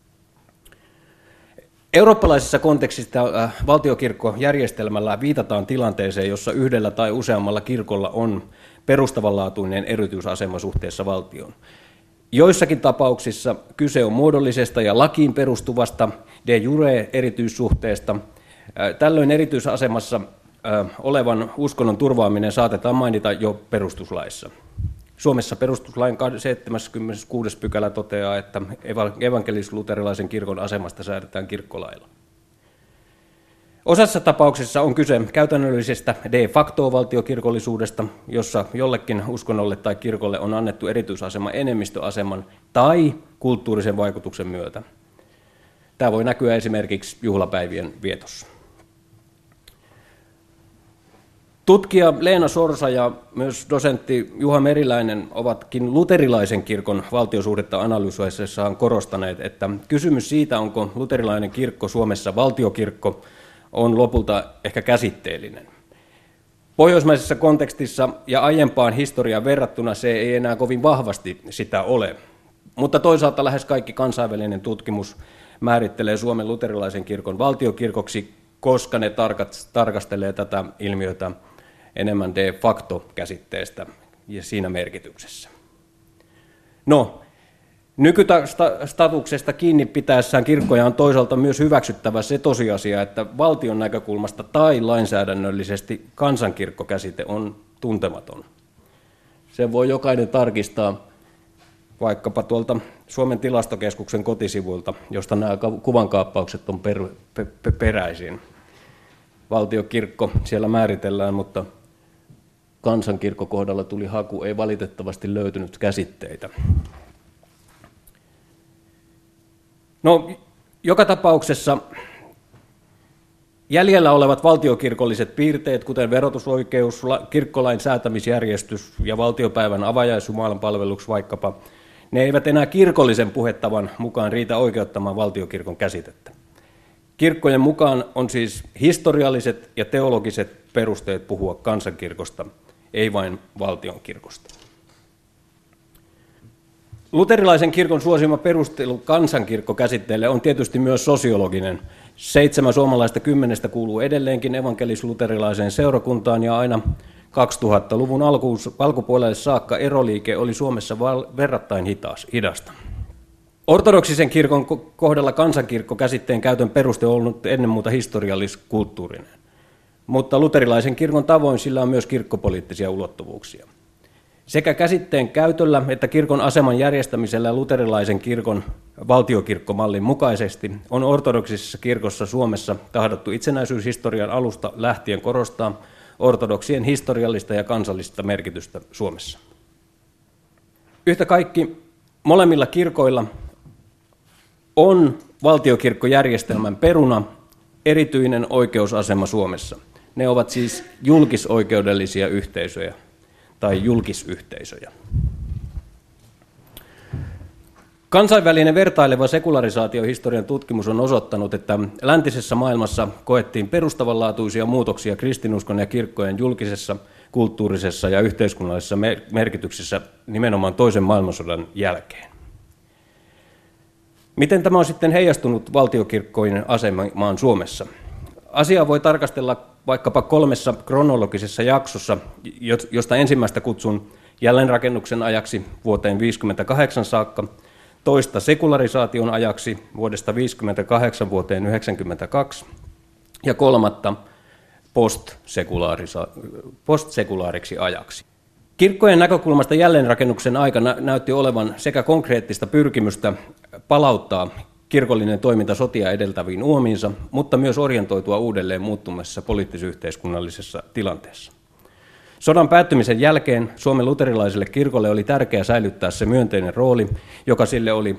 Eurooppalaisessa kontekstissa valtiokirkkojärjestelmällä viitataan tilanteeseen, jossa yhdellä tai useammalla kirkolla on perustavanlaatuinen erityisasema suhteessa valtioon. Joissakin tapauksissa kyse on muodollisesta ja lakiin perustuvasta de jure erityissuhteesta. Tällöin erityisasemassa olevan uskonnon turvaaminen saatetaan mainita jo perustuslaissa. Suomessa perustuslain seitsemäskymmeneskuudes pykälä toteaa, että evankelis-luterilaisen kirkon asemasta säädetään kirkkolailla. Osassa tapauksissa on kyse käytännöllisestä de facto valtiokirkollisuudesta, jossa jollekin uskonnolle tai kirkolle on annettu erityisasema enemmistöaseman tai kulttuurisen vaikutuksen myötä. Tämä voi näkyä esimerkiksi juhlapäivien vietossa. Tutkija Leena Sorsa ja myös dosentti Juha Meriläinen ovatkin luterilaisen kirkon valtiosuhdetta analysoisessaan korostaneet, että kysymys siitä, onko luterilainen kirkko Suomessa valtiokirkko, on lopulta ehkä käsitteellinen. Pohjoismaisessa kontekstissa ja aiempaan historiaan verrattuna se ei enää kovin vahvasti sitä ole, mutta toisaalta lähes kaikki kansainvälinen tutkimus määrittelee Suomen luterilaisen kirkon valtiokirkoksi, koska ne tarkastelee tätä ilmiötä enemmän de facto käsitteestä ja siinä merkityksessä. No, nykystatuksesta kiinni pitäessään kirkkoja on toisaalta myös hyväksyttävä se tosiasia, että valtion näkökulmasta tai lainsäädännöllisesti kansankirkkokäsite on tuntematon. Sen voi jokainen tarkistaa vaikkapa tuolta Suomen tilastokeskuksen kotisivuilta, josta nämä kuvankaappaukset on per, per, per, peräisin. Valtiokirkko siellä määritellään, mutta kansankirkko kohdalla tuli haku, ei valitettavasti löytynyt käsitteitä. No, joka tapauksessa jäljellä olevat valtiokirkolliset piirteet, kuten verotusoikeus, kirkkolain säätämisjärjestys ja valtiopäivän avajaisjumalanpalvelus vaikkapa, ne eivät enää kirkollisen puhettavan mukaan riitä oikeuttamaan valtiokirkon käsitettä. Kirkkojen mukaan on siis historialliset ja teologiset perusteet puhua kansankirkosta, ei vain valtionkirkosta. Luterilaisen kirkon suosima perustelu kansankirkkokäsitteelle on tietysti myös sosiologinen. Seitsemän suomalaista kymmenestä kuuluu edelleenkin evankelis-luterilaiseen seurakuntaan ja aina kaksituhattaluvun alkupuolelle saakka eroliike oli Suomessa verrattain hidasta. Ortodoksisen kirkon kohdalla kansankirkko-käsitteen käytön peruste on ollut ennen muuta historiallis-kulttuurinen, mutta luterilaisen kirkon tavoin sillä on myös kirkkopoliittisia ulottuvuuksia. Sekä käsitteen käytöllä että kirkon aseman järjestämisellä luterilaisen kirkon valtiokirkkomallin mukaisesti on ortodoksisessa kirkossa Suomessa tahdottu itsenäisyyshistorian alusta lähtien korostaa ortodoksien historiallista ja kansallista merkitystä Suomessa. Yhtä kaikki molemmilla kirkoilla on valtiokirkkojärjestelmän peruna erityinen oikeusasema Suomessa. Ne ovat siis julkisoikeudellisia yhteisöjä tai julkisyhteisöjä. Kansainvälinen vertaileva sekularisaatiohistorian tutkimus on osoittanut, että läntisessä maailmassa koettiin perustavanlaatuisia muutoksia kristinuskon ja kirkkojen julkisessa, kulttuurisessa ja yhteiskunnallisessa merkityksessä nimenomaan toisen maailmansodan jälkeen. Miten tämä on sitten heijastunut valtiokirkkojen asemaan Suomessa? Asiaa voi tarkastella vaikkapa kolmessa kronologisessa jaksossa, josta ensimmäistä kutsun jälleenrakennuksen ajaksi vuoteen viisikymmentäkahdeksan saakka, toista sekularisaation ajaksi vuodesta viisikymmentäkahdeksan vuoteen yhdeksänkymmentäkaksi ja kolmatta postsekulaariksi ajaksi. Kirkkojen näkökulmasta jälleenrakennuksen aikana näytti olevan sekä konkreettista pyrkimystä palauttaa kirkollinen toiminta sotia edeltäviin uomiinsa, mutta myös orientoitua uudelleen muuttumassa poliittis-yhteiskunnallisessa tilanteessa. Sodan päättymisen jälkeen Suomen luterilaiselle kirkolle oli tärkeää säilyttää se myönteinen rooli, joka sille oli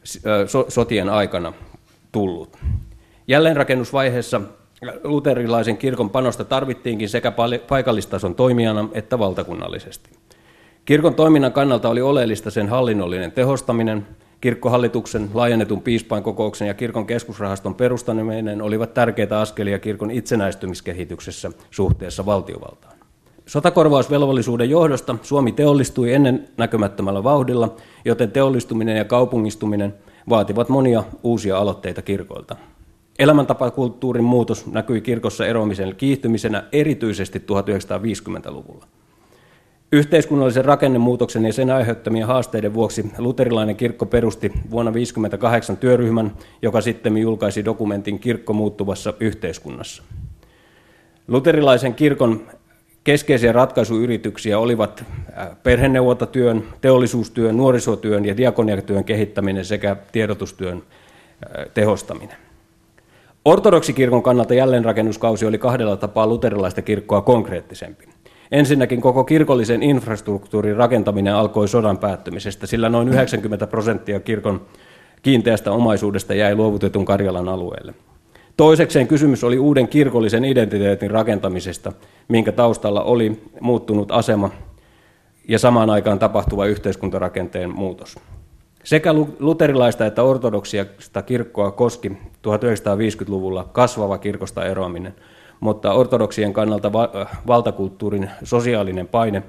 sotien aikana tullut. Jälleenrakennusvaiheessa luterilaisen kirkon panosta tarvittiinkin sekä paikallistason toimijana että valtakunnallisesti. Kirkon toiminnan kannalta oli oleellista sen hallinnollinen tehostaminen, kirkkohallituksen, laajennetun piispainkokouksen ja kirkon keskusrahaston perustaminen olivat tärkeitä askelia kirkon itsenäistymiskehityksessä suhteessa valtiovaltaan. Sotakorvausvelvollisuuden johdosta Suomi teollistui ennen näkymättömällä vauhdilla, joten teollistuminen ja kaupungistuminen vaativat monia uusia aloitteita kirkoilta. Elämäntapakulttuurin muutos näkyi kirkossa eroamisen kiihtymisenä erityisesti tuhatyhdeksänsataaviisikymmentäluvulla. Yhteiskunnallisen rakennemuutoksen ja sen aiheuttamien haasteiden vuoksi luterilainen kirkko perusti vuonna tuhatyhdeksänsataaviisikymmentäkahdeksan työryhmän, joka sitten julkaisi dokumentin Kirkko muuttuvassa yhteiskunnassa. Luterilaisen kirkon keskeisiä ratkaisuyrityksiä olivat perheneuvontatyön, teollisuustyön, nuorisotyön ja diakoniatyön kehittäminen sekä tiedotustyön tehostaminen. Ortodoksikirkon kannalta jälleenrakennuskausi oli kahdella tapaa luterilaista kirkkoa konkreettisempi. Ensinnäkin koko kirkollisen infrastruktuurin rakentaminen alkoi sodan päättymisestä, sillä noin yhdeksänkymmentä prosenttia kirkon kiinteästä omaisuudesta jäi luovutetun Karjalan alueelle. Toisekseen kysymys oli uuden kirkollisen identiteetin rakentamisesta, minkä taustalla oli muuttunut asema ja samaan aikaan tapahtuva yhteiskuntarakenteen muutos. Sekä luterilaista että ortodoksista kirkkoa koski tuhatyhdeksänsataaviisikymmentäluvulla kasvava kirkosta eroaminen, mutta ortodoksien kannalta valtakulttuurin sosiaalinen paine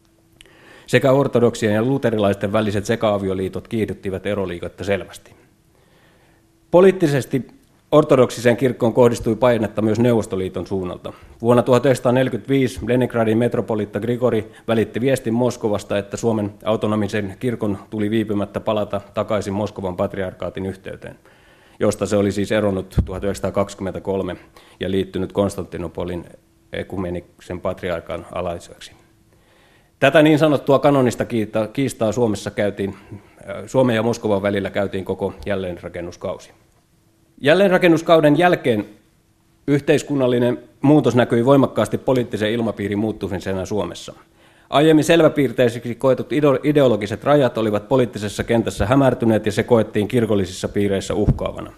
sekä ortodoksien ja luterilaisten väliset seka-avioliitot kiihdyttivät eroliikettä selvästi. Poliittisesti ortodoksiseen kirkkoon kohdistui painetta myös Neuvostoliiton suunnalta. Vuonna tuhatyhdeksänsataaneljäkymmentäviisi Leningradin metropoliitta Grigori välitti viestin Moskovasta, että Suomen autonomisen kirkon tuli viipymättä palata takaisin Moskovan patriarkaatin yhteyteen, josta se oli siis eronnut tuhatyhdeksänsataakaksikymmentäkolme ja liittynyt Konstantinopolin ekumeniksen patriarkan alaiseksi. Tätä niin sanottua kanonista kiistaa Suomessa käytiin, Suomen ja Moskovan välillä käytiin koko jälleenrakennuskausi. Jälleenrakennuskauden jälkeen yhteiskunnallinen muutos näkyi voimakkaasti poliittisen ilmapiirin muuttumisena Suomessa. Aiemmin selväpiirteisiksi koetut ideologiset rajat olivat poliittisessa kentässä hämärtyneet ja se koettiin kirkollisissa piireissä uhkaavana.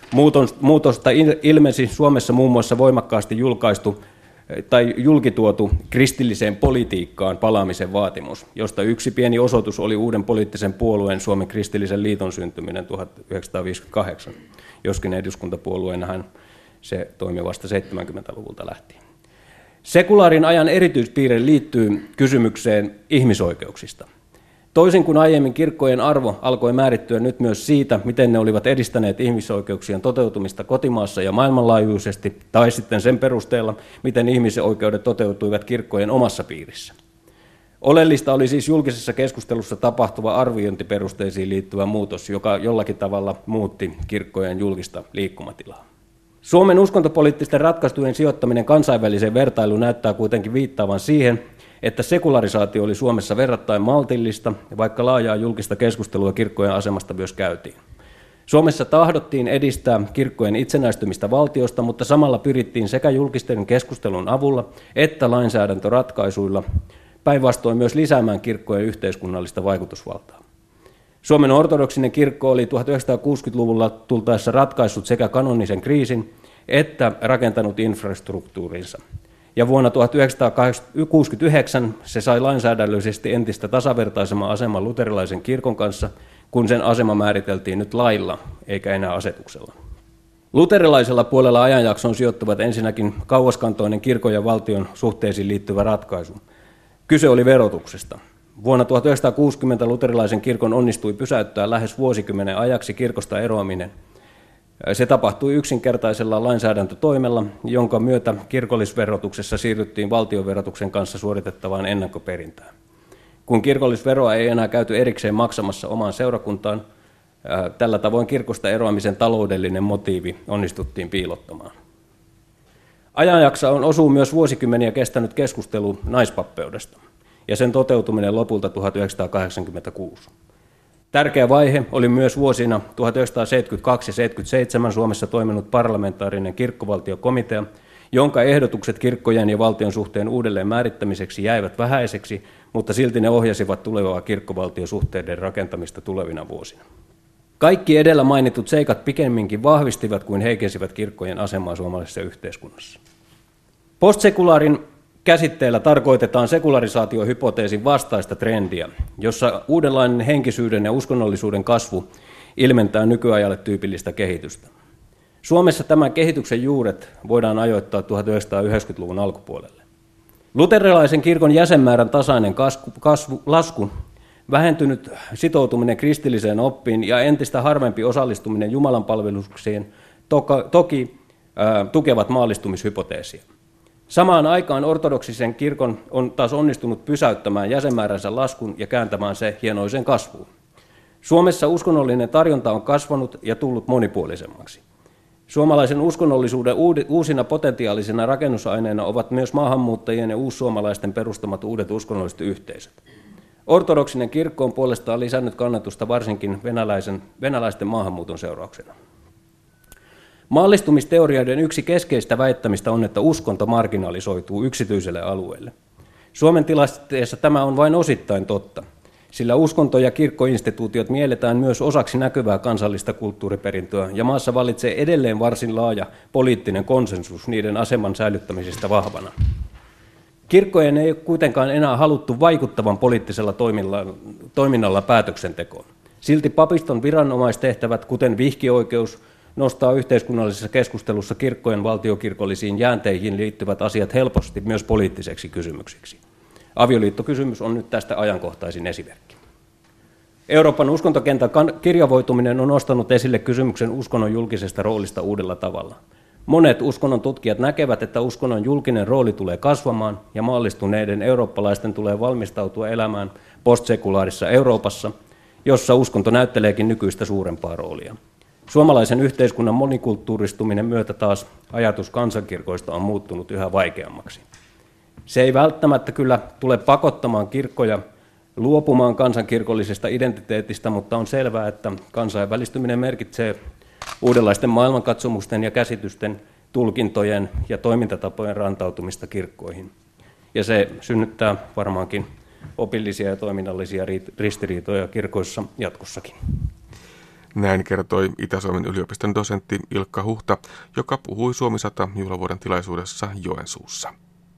Muutosta ilmesi Suomessa muun muassa voimakkaasti julkaistu tai julkituotu kristilliseen politiikkaan palaamisen vaatimus, josta yksi pieni osoitus oli uuden poliittisen puolueen Suomen kristillisen liiton syntyminen tuhatyhdeksänsataaviisikymmentäkahdeksan, joskin eduskuntapuolueenahan se toimi vasta seitsemänkymmentäluvulta lähtien. Sekulaarin ajan erityispiirre liittyy kysymykseen ihmisoikeuksista. Toisin kuin aiemmin kirkkojen arvo alkoi määrittyä nyt myös siitä, miten ne olivat edistäneet ihmisoikeuksien toteutumista kotimaassa ja maailmanlaajuisesti, tai sitten sen perusteella, miten ihmisoikeudet toteutuivat kirkkojen omassa piirissä. Oleellista oli siis julkisessa keskustelussa tapahtuva arviointiperusteisiin liittyvä muutos, joka jollakin tavalla muutti kirkkojen julkista liikkumatilaa. Suomen uskontopoliittisten ratkaisujen sijoittaminen kansainväliseen vertailuun näyttää kuitenkin viittaavan siihen, että sekularisaatio oli Suomessa verrattain maltillista, vaikka laajaa julkista keskustelua kirkkojen asemasta myös käytiin. Suomessa tahdottiin edistää kirkkojen itsenäistymistä valtiosta, mutta samalla pyrittiin sekä julkisten keskustelun avulla että lainsäädäntöratkaisuilla päinvastoin myös lisäämään kirkkojen yhteiskunnallista vaikutusvaltaa. Suomen ortodoksinen kirkko oli tuhatyhdeksänsataakuusikymmentäluvulla tultaessa ratkaissut sekä kanonisen kriisin että rakentanut infrastruktuurinsa. Ja vuonna tuhatyhdeksänsataakuusikymmentäyhdeksän se sai lainsäädännöllisesti entistä tasavertaisemman aseman luterilaisen kirkon kanssa, kun sen asema määriteltiin nyt lailla eikä enää asetuksella. Luterilaisella puolella ajanjaksoon sijoittuvat ensinnäkin kauaskantoinen kirkon ja valtion suhteisiin liittyvä ratkaisu. Kyse oli verotuksesta. Vuonna tuhatyhdeksänsataakuusikymmentä luterilaisen kirkon onnistui pysäyttää lähes vuosikymmenen ajaksi kirkosta eroaminen. Se tapahtui yksinkertaisella lainsäädäntötoimella, jonka myötä kirkollisverotuksessa siirryttiin valtionverotuksen kanssa suoritettavaan ennakkoperintään. Kun kirkollisveroa ei enää käyty erikseen maksamassa omaan seurakuntaan, Tällä tavoin kirkosta eroamisen taloudellinen motiivi onnistuttiin piilottamaan. Ajanjaksa on osuu myös vuosikymmeniä kestänyt keskustelu naispappeudesta ja sen toteutuminen lopulta tuhatyhdeksänsataakahdeksankymmentäkuusi. Tärkeä vaihe oli myös vuosina tuhatyhdeksänsataaseitsemänkymmentäkaksi ja seitsemänkymmentäseitsemän Suomessa toiminut parlamentaarinen kirkkovaltiokomitea, jonka ehdotukset kirkkojen ja valtion suhteen uudelleen määrittämiseksi jäivät vähäiseksi, mutta silti ne ohjasivat tulevaa kirkkovaltiosuhteiden rakentamista tulevina vuosina. Kaikki edellä mainitut seikat pikemminkin vahvistivat kuin heikensivät kirkkojen asemaa suomalaisessa yhteiskunnassa. Postsekulaarin käsitteellä tarkoitetaan sekularisaatiohypoteesin vastaista trendiä, jossa uudenlainen henkisyyden ja uskonnollisuuden kasvu ilmentää nykyajalle tyypillistä kehitystä. Suomessa tämän kehityksen juuret voidaan ajoittaa tuhatyhdeksänsataayhdeksänkymmentäluvun alkupuolelle. Luterilaisen kirkon jäsenmäärän tasainen kasvu, kasvu, lasku, vähentynyt sitoutuminen kristilliseen oppiin ja entistä harvempi osallistuminen Jumalan palvelukseen toka, toki ää, tukevat maallistumishypoteesia. Samaan aikaan ortodoksisen kirkon on taas onnistunut pysäyttämään jäsenmääränsä laskun ja kääntämään se hienoisen kasvuun. Suomessa uskonnollinen tarjonta on kasvanut ja tullut monipuolisemmaksi. Suomalaisen uskonnollisuuden uusina potentiaalisina rakennusaineina ovat myös maahanmuuttajien ja uussuomalaisten perustamat uudet uskonnolliset yhteisöt. Ortodoksinen kirkko on puolestaan lisännyt kannatusta varsinkin venäläisen, venäläisten maahanmuuton seurauksena. Maallistumisteorioiden yksi keskeistä väittämistä on, että uskonto marginalisoituu yksityiselle alueelle. Suomen tilanteessa tämä on vain osittain totta, sillä uskonto- ja kirkkoinstituutiot mielletään myös osaksi näkyvää kansallista kulttuuriperintöä, ja maassa vallitsee edelleen varsin laaja poliittinen konsensus niiden aseman säilyttämisestä vahvana. Kirkkojen ei ole kuitenkaan enää haluttu vaikuttavan poliittisella toiminnalla, toiminnalla päätöksentekoon. Silti papiston viranomaistehtävät, kuten vihkioikeus, nostaa yhteiskunnallisessa keskustelussa kirkkojen valtiokirkollisiin jäänteihin liittyvät asiat helposti myös poliittiseksi kysymyksiksi. Avioliittokysymys on nyt tästä ajankohtaisin esimerkki. Euroopan uskontokentän kirjavoituminen on nostanut esille kysymyksen uskonnon julkisesta roolista uudella tavalla. Monet uskonnon tutkijat näkevät, että uskonnon julkinen rooli tulee kasvamaan ja maallistuneiden eurooppalaisten tulee valmistautua elämään postsekulaarissa Euroopassa, jossa uskonto näytteleekin nykyistä suurempaa roolia. Suomalaisen yhteiskunnan monikulttuuristuminen myötä taas ajatus kansankirkoista on muuttunut yhä vaikeammaksi. Se ei välttämättä kyllä tule pakottamaan kirkkoja luopumaan kansankirkollisesta identiteetistä, mutta on selvää, että kansainvälistyminen merkitsee uudenlaisten maailmankatsomusten ja käsitysten, tulkintojen ja toimintatapojen rantautumista kirkkoihin. Ja se synnyttää varmaankin opillisia ja toiminnallisia ristiriitoja kirkoissa jatkossakin. Näin kertoi Itä-Suomen yliopiston dosentti Ilkka Huhta, joka puhui Suomi sata juhlavuoden tilaisuudessa Joensuussa.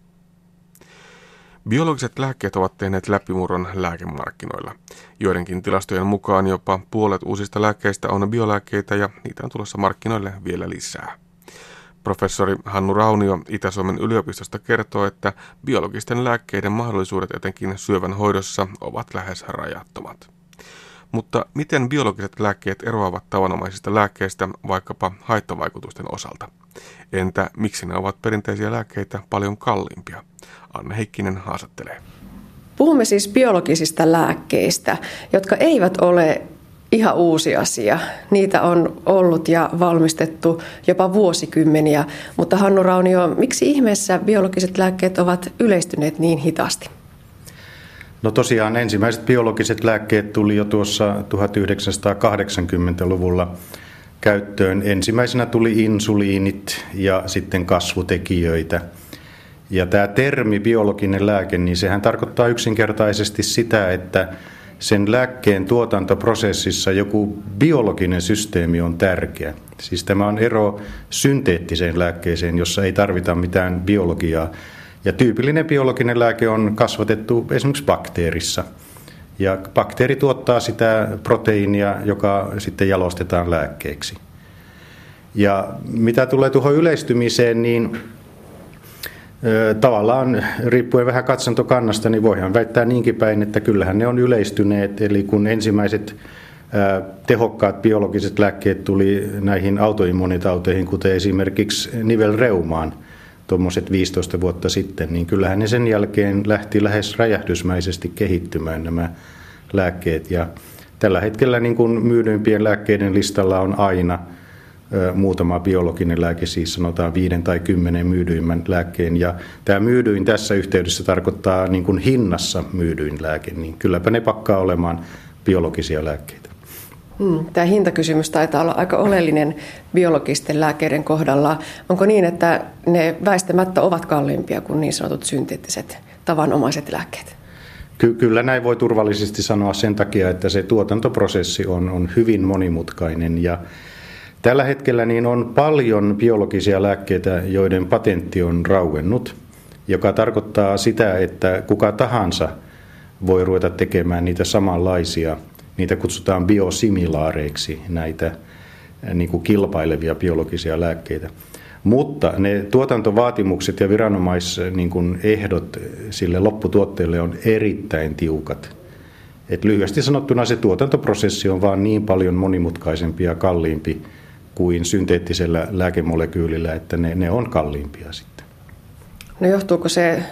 Biologiset lääkkeet ovat tehneet läpimurron lääkemarkkinoilla. Joidenkin tilastojen mukaan jopa puolet uusista lääkkeistä on biolääkkeitä ja niitä on tulossa markkinoille vielä lisää. Professori Hannu Raunio Itä-Suomen yliopistosta kertoo, että biologisten lääkkeiden mahdollisuudet etenkin syövän hoidossa ovat lähes rajattomat. Mutta miten biologiset lääkkeet eroavat tavanomaisista lääkkeistä vaikkapa haittavaikutusten osalta? Entä miksi ne ovat perinteisiä lääkkeitä paljon kalliimpia? Anne Heikkinen haastattelee. Puhumme siis biologisista lääkkeistä, jotka eivät ole ihan uusi asia. Niitä on ollut ja valmistettu jopa vuosikymmeniä. Mutta Hannu Raunio, miksi ihmeessä biologiset lääkkeet ovat yleistyneet niin hitaasti? No tosiaan ensimmäiset biologiset lääkkeet tuli jo tuossa tuhatyhdeksänsataakahdeksankymmentäluvulla käyttöön. Ensimmäisenä tuli insuliinit ja sitten kasvutekijöitä. Ja tämä termi biologinen lääke, niin sehän tarkoittaa yksinkertaisesti sitä, että sen lääkkeen tuotantoprosessissa joku biologinen systeemi on tärkeä. Siis tämä on ero synteettiseen lääkkeeseen, jossa ei tarvita mitään biologiaa. Ja tyypillinen biologinen lääke on kasvatettu esimerkiksi bakteerissa. Ja bakteeri tuottaa sitä proteiinia, joka sitten jalostetaan lääkkeeksi. Ja mitä tulee tuohon yleistymiseen, niin tavallaan riippuen vähän katsantokannasta, niin voidaan väittää niinkin päin, että kyllähän ne on yleistyneet. Eli kun ensimmäiset tehokkaat biologiset lääkkeet tuli näihin autoimmuunitauteihin, kuten esimerkiksi nivelreumaan, tuommoiset viisitoista vuotta sitten, niin kyllähän ne sen jälkeen lähti lähes räjähdysmäisesti kehittymään nämä lääkkeet. Ja tällä hetkellä niin kuin myydyimpien lääkkeiden listalla on aina muutama biologinen lääke, siis sanotaan viiden tai kymmenen myydyimmän lääkkeen. Ja tämä myydyin tässä yhteydessä tarkoittaa niin kuin hinnassa myydyin lääke, niin kylläpä ne pakkaa olemaan biologisia lääkkeitä. Hmm, tämä hintakysymys taitaa olla aika oleellinen biologisten lääkkeiden kohdalla. Onko niin, että ne väistämättä ovat kalliimpia kuin niin sanotut synteettiset tavanomaiset lääkkeet? Ky- kyllä näin voi turvallisesti sanoa sen takia, että se tuotantoprosessi on, on hyvin monimutkainen ja tällä hetkellä niin on paljon biologisia lääkkeitä, joiden patentti on rauennut, joka tarkoittaa sitä, että kuka tahansa voi ruveta tekemään niitä samanlaisia. Niitä kutsutaan biosimilaareiksi, näitä niin kuin kilpailevia biologisia lääkkeitä. Mutta ne tuotantovaatimukset ja viranomaisehdot niin sille lopputuotteelle on erittäin tiukat. Et lyhyesti sanottuna se tuotantoprosessi on vaan niin paljon monimutkaisempi ja kalliimpi kuin synteettisellä lääkemolekyylillä, että ne, ne on kalliimpia sitten. No johtuuko se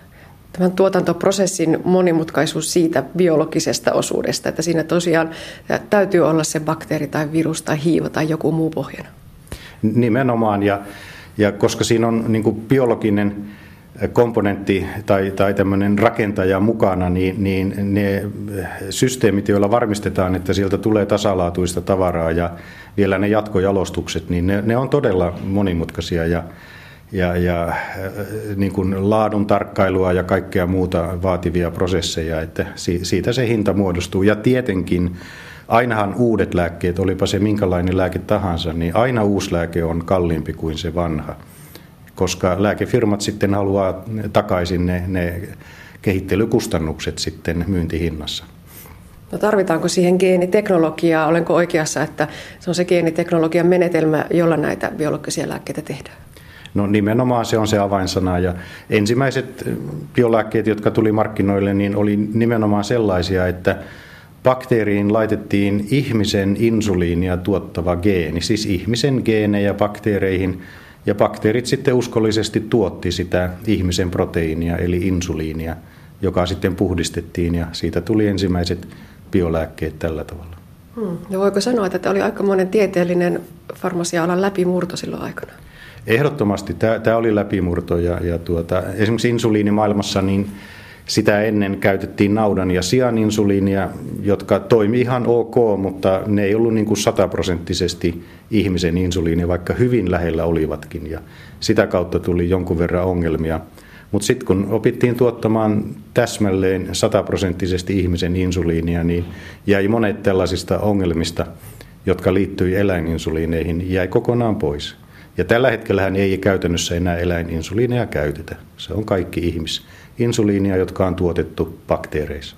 tämän tuotantoprosessin monimutkaisuus siitä biologisesta osuudesta, että siinä tosiaan täytyy olla se bakteeri tai virus tai hiiva tai joku muu pohjana? Nimenomaan, ja, ja koska siinä on niin kuin biologinen komponentti tai, tai tämmöinen rakentaja mukana, niin, niin ne systeemit, joilla varmistetaan, että sieltä tulee tasalaatuista tavaraa ja vielä ne jatkojalostukset, niin ne, ne on todella monimutkaisia ja ja, ja niin kuin laadun tarkkailua ja kaikkea muuta vaativia prosesseja, että siitä se hinta muodostuu. Ja tietenkin ainahan uudet lääkkeet, olipa se minkälainen lääke tahansa, niin aina uusi lääke on kalliimpi kuin se vanha, koska lääkefirmat sitten haluaa takaisin ne, ne kehittelykustannukset sitten myyntihinnassa. No tarvitaanko siihen geeniteknologiaa? Olenko oikeassa, että se on se geeniteknologian menetelmä, jolla näitä biologisia lääkkeitä tehdään? No nimenomaan se on se avainsana ja ensimmäiset biolääkkeet, jotka tuli markkinoille, niin oli nimenomaan sellaisia, että bakteeriin laitettiin ihmisen insuliinia tuottava geeni, siis ihmisen geenejä bakteereihin ja bakteerit sitten uskollisesti tuotti sitä ihmisen proteiinia eli insuliinia, joka sitten puhdistettiin ja siitä tuli ensimmäiset biolääkkeet tällä tavalla. Hmm. Ja voiko sanoa, että tämä oli aikamoinen tieteellinen farmasia-alan läpimurto silloin aikana? Ehdottomasti tämä, tämä oli läpimurto ja, ja tuota, esimerkiksi insuliinimaailmassa niin sitä ennen käytettiin naudan ja sian insuliinia, jotka toimi ihan ok, mutta ne ei ollut niin kuin sataprosenttisesti ihmisen insuliini, vaikka hyvin lähellä olivatkin ja sitä kautta tuli jonkun verran ongelmia. Mutta sitten kun opittiin tuottamaan täsmälleen sataprosenttisesti ihmisen insuliinia, niin jäi monet tällaisista ongelmista, jotka liittyi eläininsuliineihin, jäi kokonaan pois. Ja tällä hetkellähän ei käytännössä enää eläininsuliineja käytetä. Se on kaikki ihmisinsuliinia, jotka on tuotettu bakteereissa.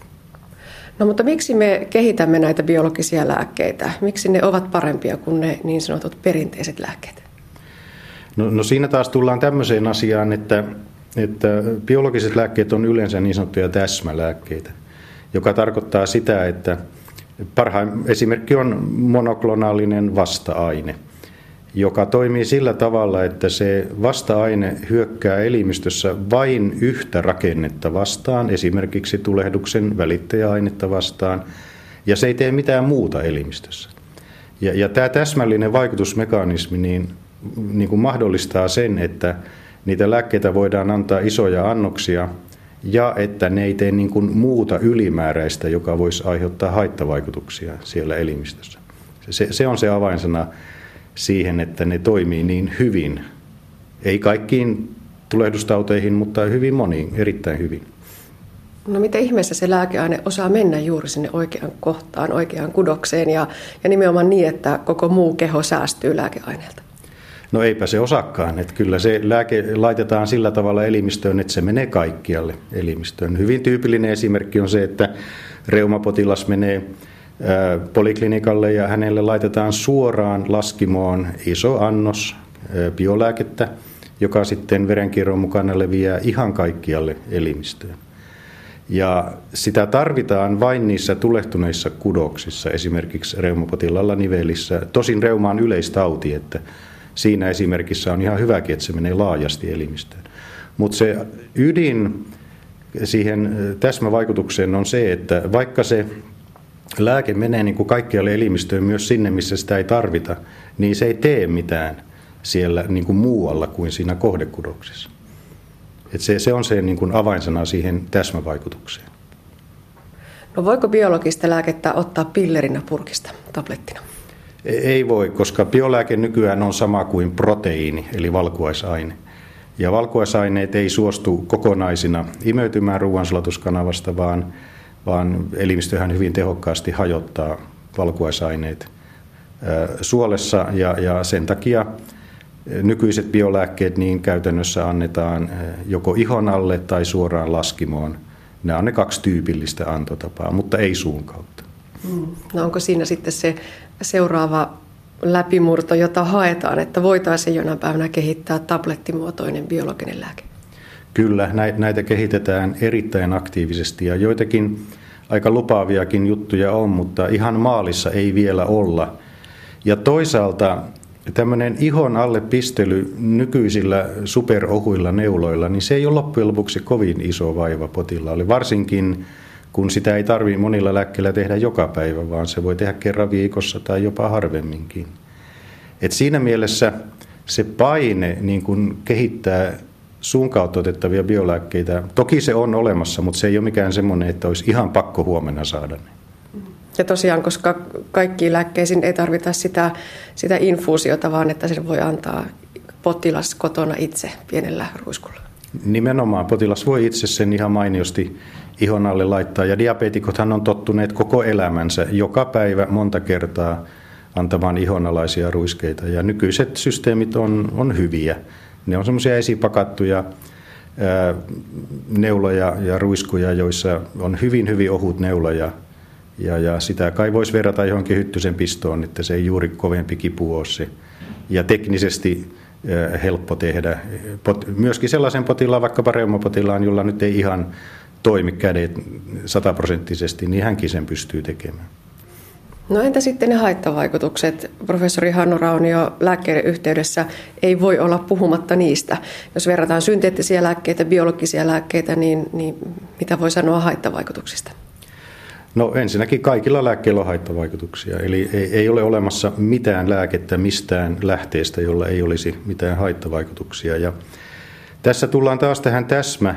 No mutta miksi me kehitämme näitä biologisia lääkkeitä? Miksi ne ovat parempia kuin ne niin sanotut perinteiset lääkkeet? No, no siinä taas tullaan tämmöiseen asiaan, että, että biologiset lääkkeet on yleensä niin sanottuja täsmälääkkeitä, joka tarkoittaa sitä, että parhain esimerkki on monoklonaalinen vasta-aine, joka toimii sillä tavalla, että se vasta-aine hyökkää elimistössä vain yhtä rakennetta vastaan, esimerkiksi tulehduksen välittäjäainetta vastaan, ja se ei tee mitään muuta elimistössä. Ja, ja tämä täsmällinen vaikutusmekanismi niin, niin kuin mahdollistaa sen, että niitä lääkkeitä voidaan antaa isoja annoksia, ja että ne ei tee niin kuin muuta ylimääräistä, joka voisi aiheuttaa haittavaikutuksia siellä elimistössä. Se, se on se avainsana siihen, että ne toimii niin hyvin. Ei kaikkiin tulehdustauteihin, mutta hyvin moniin, erittäin hyvin. No miten ihmeessä se lääkeaine osaa mennä juuri sinne oikeaan kohtaan, oikeaan kudokseen ja, ja nimenomaan niin, että koko muu keho säästyy lääkeaineelta? No eipä se osaakaan. Että kyllä se lääke laitetaan sillä tavalla elimistöön, että se menee kaikkialle elimistöön. Hyvin tyypillinen esimerkki on se, että reumapotilas menee poliklinikalle ja hänelle laitetaan suoraan laskimoon iso annos biolääkettä, joka sitten verenkierron mukana leviää ihan kaikkialle elimistöön. Ja sitä tarvitaan vain niissä tulehtuneissa kudoksissa, esimerkiksi reumapotilaalla nivelissä. Tosin reuma on yleistauti, että siinä esimerkissä on ihan hyväkin, että se menee laajasti elimistöön. Mutta se ydin siihen täsmävaikutukseen on se, että vaikka se lääke menee niin kuin kaikkialle elimistöön myös sinne, missä sitä ei tarvita, niin se ei tee mitään siellä niin kuin muualla kuin siinä kohdekudoksessa. Et se, se on se niin kuin avainsana siihen täsmävaikutukseen. No voiko biologista lääkettä ottaa pillerinä purkista, tablettina? Ei voi, koska biolääke nykyään on sama kuin proteiini, eli valkuaisaine. Ja valkuaisaineet ei suostu kokonaisina imeytymään ruoansulatuskanavasta, vaan, vaan elimistöhän hyvin tehokkaasti hajottaa valkuaisaineet suolessa, ja, ja sen takia nykyiset biolääkkeet niin käytännössä annetaan joko ihon alle tai suoraan laskimoon. Nämä on ne kaksi tyypillistä antotapaa, mutta ei suun kautta. No onko siinä sitten se seuraava läpimurto, jota haetaan, että voitaisiin jonain päivänä kehittää tablettimuotoinen biologinen lääke? Kyllä, näitä kehitetään erittäin aktiivisesti ja joitakin aika lupaaviakin juttuja on, mutta ihan maalissa ei vielä olla. Ja toisaalta tämmöinen ihon alle pistely nykyisillä superohuilla neuloilla, niin se ei ole loppujen lopuksi kovin iso vaiva potilaalle, varsinkin kun sitä ei tarvitse monilla lääkkeillä tehdä joka päivä, vaan se voi tehdä kerran viikossa tai jopa harvemminkin. Et siinä mielessä se paine niin kun kehittää suun kautta otettavia biolääkkeitä, toki se on olemassa, mutta se ei ole mikään semmoinen, että olisi ihan pakko huomenna saada ne. Ja tosiaan, koska kaikkiin lääkkeisiin ei tarvita sitä, sitä infuusiota, vaan että sen voi antaa potilas kotona itse pienellä ruiskulla. Nimenomaan potilas voi itse sen ihan mainiosti ihon alle laittaa. Ja diabeetikothan on tottuneet koko elämänsä joka päivä monta kertaa antamaan ihonalaisia ruiskeita. Ja nykyiset systeemit on, on hyviä. Ne on semmoisia esipakattuja ää, neuloja ja ruiskuja, joissa on hyvin, hyvin ohut neula. Ja, ja, ja sitä kai voisi verrata johonkin hyttysen pistoon, että se ei juuri kovempi kipu ole se. Ja teknisesti ää, helppo tehdä. Pot, myöskin sellaisen potilaan, vaikkapa reumapotilaan, jolla nyt ei ihan toimi kädet sataprosenttisesti, niin hänkin sen pystyy tekemään. No entä sitten ne haittavaikutukset? Professori Hannu Raunio, lääkkeiden yhteydessä ei voi olla puhumatta niistä. Jos verrataan synteettisiä lääkkeitä, biologisia lääkkeitä, niin, niin mitä voi sanoa haittavaikutuksista? No ensinnäkin kaikilla lääkkeillä on haittavaikutuksia. Eli ei, ei ole olemassa mitään lääkettä mistään lähteestä, jolla ei olisi mitään haittavaikutuksia. Ja tässä tullaan taas tähän täsmä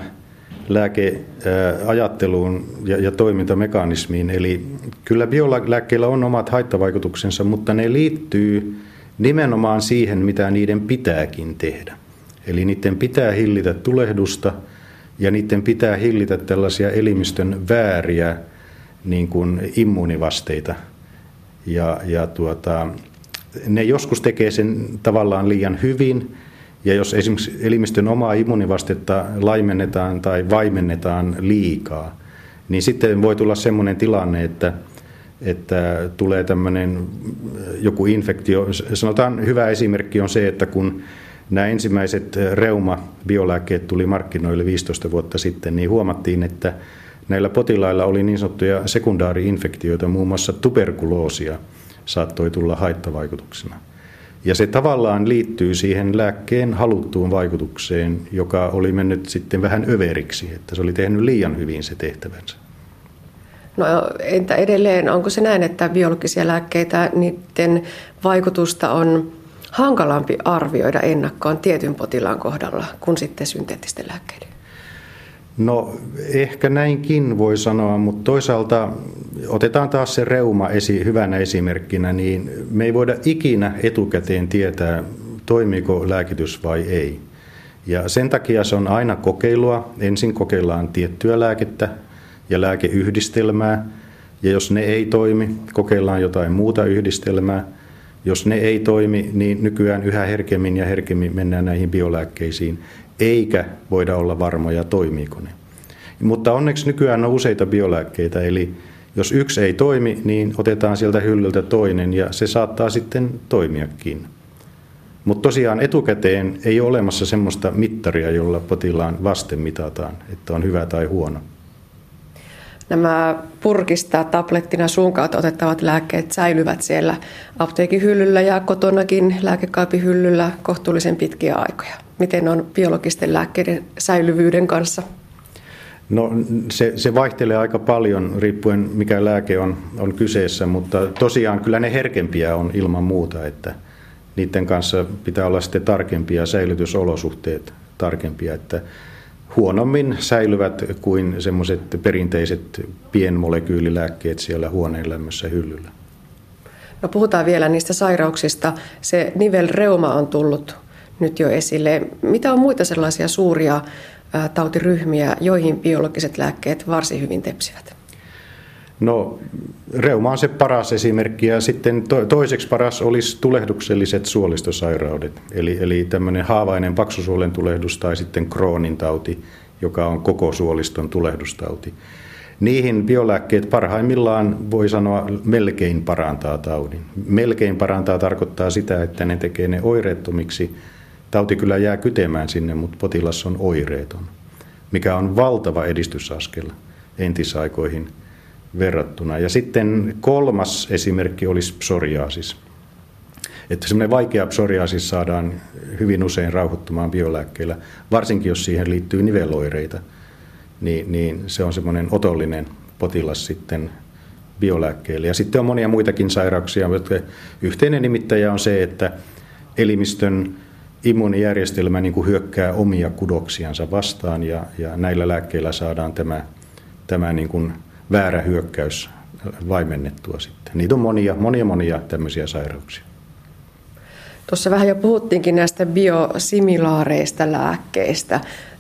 lääkeajatteluun ja, ja toimintamekanismiin. Eli kyllä biolääkkeillä on omat haittavaikutuksensa, mutta ne liittyy nimenomaan siihen, mitä niiden pitääkin tehdä. Eli niiden pitää hillitä tulehdusta ja niiden pitää hillitä tällaisia elimistön vääriä niin kuin immuunivasteita. Ja, ja tuota, ne joskus tekee sen tavallaan liian hyvin. Ja jos esimerkiksi elimistön omaa immuunivastetta laimennetaan tai vaimennetaan liikaa, niin sitten voi tulla semmoinen tilanne, että, että tulee tämmöinen joku infektio. Sanotaan hyvä esimerkki on se, että kun nämä ensimmäiset reuma-biolääkkeet tuli markkinoille viisitoista vuotta sitten, niin huomattiin, että näillä potilailla oli niin sanottuja sekundaari-infektioita, muun muassa tuberkuloosia saattoi tulla haittavaikutuksena. Ja se tavallaan liittyy siihen lääkkeen haluttuun vaikutukseen, joka oli mennyt sitten vähän överiksi, että se oli tehnyt liian hyvin se tehtävänsä. No entä edelleen, onko se näin, että biologisia lääkkeitä, niiden vaikutusta on hankalampi arvioida ennakkoon tietyn potilaan kohdalla kuin sitten synteettisten lääkkeiden? No ehkä näinkin voi sanoa, mutta toisaalta otetaan taas se reuma esi, hyvänä esimerkkinä, niin me ei voida ikinä etukäteen tietää, toimiiko lääkitys vai ei. Ja sen takia se on aina kokeilua. Ensin kokeillaan tiettyä lääkettä ja lääkeyhdistelmää, ja jos ne ei toimi, kokeillaan jotain muuta yhdistelmää. Jos ne ei toimi, niin nykyään yhä herkemmin ja herkemmin mennään näihin biolääkkeisiin, eikä voida olla varmoja, toimiiko ne. Mutta onneksi nykyään on useita biolääkkeitä, eli jos yksi ei toimi, niin otetaan sieltä hyllyltä toinen, ja se saattaa sitten toimiakin. Mutta tosiaan etukäteen ei ole olemassa semmoista mittaria, jolla potilaan vaste mitataan, että on hyvä tai huono. Nämä purkista tablettina suun kautta otettavat lääkkeet säilyvät siellä apteekin hyllyllä ja kotonakin lääkekaapin hyllyllä kohtuullisen pitkiä aikoja. Miten on biologisten lääkkeiden säilyvyyden kanssa? No se, se vaihtelee aika paljon riippuen mikä lääke on, on kyseessä, mutta tosiaan kyllä ne herkempiä on ilman muuta, että niiden kanssa pitää olla sitten tarkempia säilytysolosuhteet tarkempia, että huonommin säilyvät kuin semmoiset perinteiset pienmolekyylilääkkeet siellä huoneen lämmössä hyllyllä. No puhutaan vielä niistä sairauksista. Se nivelreuma on tullut nyt jo esille. Mitä on muita sellaisia suuria tautiryhmiä, joihin biologiset lääkkeet varsin hyvin tepsivät? No reuma on se paras esimerkki ja sitten to, toiseksi paras olisi tulehdukselliset suolistosairaudet. Eli, eli tämmöinen haavainen paksusuolen tulehdus tai sitten Crohnin tauti, joka on koko suoliston tulehdustauti. Niihin biolääkkeet parhaimmillaan voi sanoa melkein parantaa taudin. Melkein parantaa tarkoittaa sitä, että ne tekee ne oireettomiksi. Tauti kyllä jää kytemään sinne, mutta potilas on oireeton, mikä on valtava edistysaskel entisaikoihin verrattuna. Ja sitten kolmas esimerkki olisi psoriaasis. Että semmoinen vaikea psoriaasis saadaan hyvin usein rauhoittumaan biolääkkeillä, varsinkin jos siihen liittyy niveloireita, niin, niin se on semmoinen otollinen potilas sitten biolääkkeelle. Ja sitten on monia muitakin sairauksia, mutta yhteinen nimittäjä on se, että elimistön immuunijärjestelmä niin kuin hyökkää omia kudoksiansa vastaan ja, ja näillä lääkkeillä saadaan tämä, tämä niin kuin väärä hyökkäys vaimennettua sitten. Niitä on monia, monia, monia tämmöisiä sairauksia. Tuossa vähän jo puhuttiinkin näistä biosimilaareista lääkkeistä.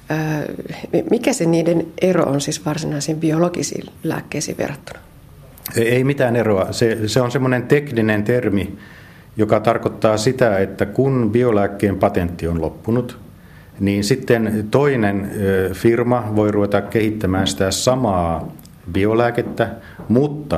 Mikä se niiden ero on siis varsinaisiin biologisiin lääkkeisiin verrattuna? Ei mitään eroa. Se, se on semmoinen tekninen termi, joka tarkoittaa sitä, että kun biolääkkeen patentti on loppunut, niin sitten toinen firma voi ruveta kehittämään sitä samaa biolääkettä, mutta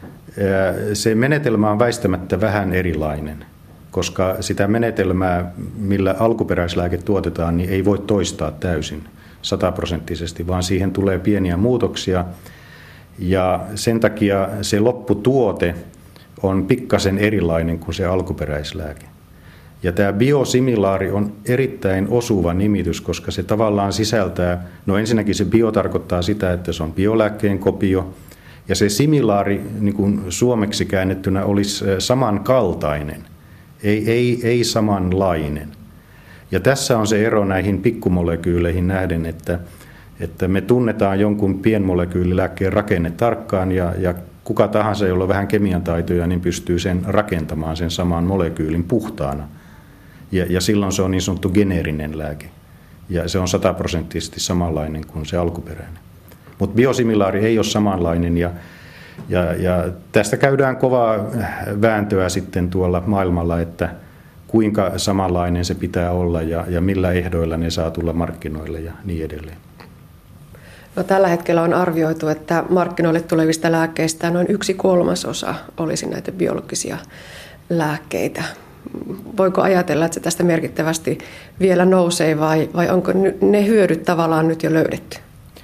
se menetelmä on väistämättä vähän erilainen, koska sitä menetelmää, millä alkuperäislääke tuotetaan, niin ei voi toistaa täysin sataprosenttisesti, vaan siihen tulee pieniä muutoksia ja sen takia se lopputuote on pikkasen erilainen kuin se alkuperäislääke. Ja tämä biosimilaari on erittäin osuva nimitys, koska se tavallaan sisältää, no ensinnäkin se bio tarkoittaa sitä, että se on biolääkkeen kopio, ja se similaari niin kuin suomeksi käännettynä olisi samankaltainen, ei, ei, ei samanlainen. Ja tässä on se ero näihin pikkumolekyyleihin nähden, että, että me tunnetaan jonkun pienmolekyylilääkkeen rakenne tarkkaan ja, ja kuka tahansa, jolla on vähän kemian taitoja, niin pystyy sen rakentamaan sen saman molekyylin puhtaana. Ja, ja silloin se on niin sanottu geneerinen lääke. Ja se on sataprosenttisesti samanlainen kuin se alkuperäinen. Mutta biosimilaari ei ole samanlainen ja, ja, ja tästä käydään kovaa vääntöä sitten tuolla maailmalla, että kuinka samanlainen se pitää olla ja, ja millä ehdoilla ne saa tulla markkinoille ja niin edelleen. No, tällä hetkellä on arvioitu, että markkinoille tulevista lääkkeistä noin yksi kolmasosa olisi näitä biologisia lääkkeitä. Voiko ajatella, että se tästä merkittävästi vielä nousee vai, vai onko ne hyödyt tavallaan nyt jo löydetty?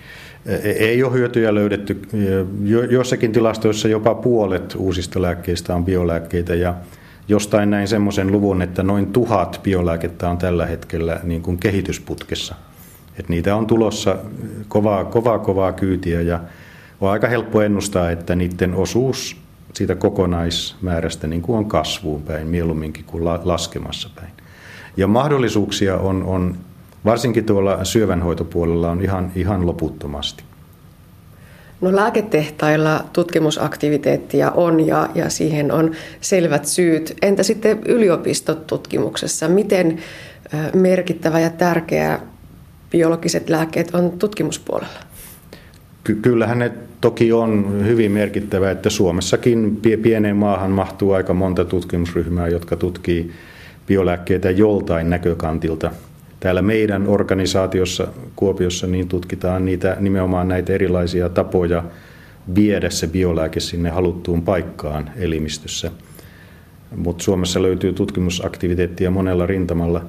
Ei ole hyötyjä löydetty. Jossakin tilastoissa jopa puolet uusista lääkkeistä on biolääkkeitä ja jostain näin semmoisen luvun, että noin tuhat biolääkettä on tällä hetkellä niin kuin kehitysputkessa. Et niitä on tulossa kovaa, kovaa, kovaa kyytiä ja on aika helppo ennustaa, että niiden osuus siitä kokonaismäärästä niin kuin on kasvuun päin mieluumminkin kuin laskemassa päin. Ja mahdollisuuksia on, on varsinkin tuolla syövänhoitopuolella on ihan, ihan loputtomasti. No, lääketehtailla tutkimusaktiviteettia on ja, ja siihen on selvät syyt. Entä sitten yliopistotutkimuksessa? Miten merkittävä ja tärkeä biologiset lääkkeet on tutkimuspuolella? Ky- kyllähän ne toki on hyvin merkittävä, että Suomessakin pieneen maahan mahtuu aika monta tutkimusryhmää, jotka tutkii biolääkkeitä joltain näkökantilta. Täällä meidän organisaatiossa Kuopiossa niin tutkitaan niitä, nimenomaan näitä erilaisia tapoja viedä se biolääke sinne haluttuun paikkaan elimistössä. Mutta Suomessa löytyy tutkimusaktiviteettia monella rintamalla.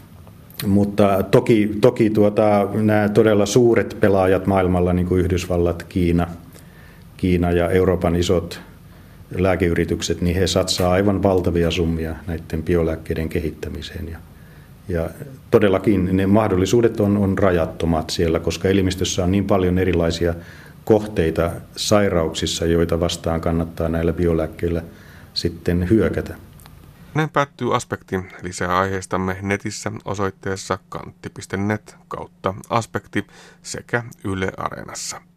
Mutta toki, toki tuota, nämä todella suuret pelaajat maailmalla, niin kuin Yhdysvallat, Kiina, Kiina ja Euroopan isot lääkeyritykset, niin he satsaa aivan valtavia summia näiden biolääkkeiden kehittämiseen. Ja, Ja todellakin ne mahdollisuudet on, on rajattomat siellä, koska elimistössä on niin paljon erilaisia kohteita sairauksissa, joita vastaan kannattaa näillä biolääkkeillä sitten hyökätä. Näin päättyy Aspekti. Lisää aiheistamme netissä osoitteessa kantti piste net kautta aspekti sekä Yle Areenassa.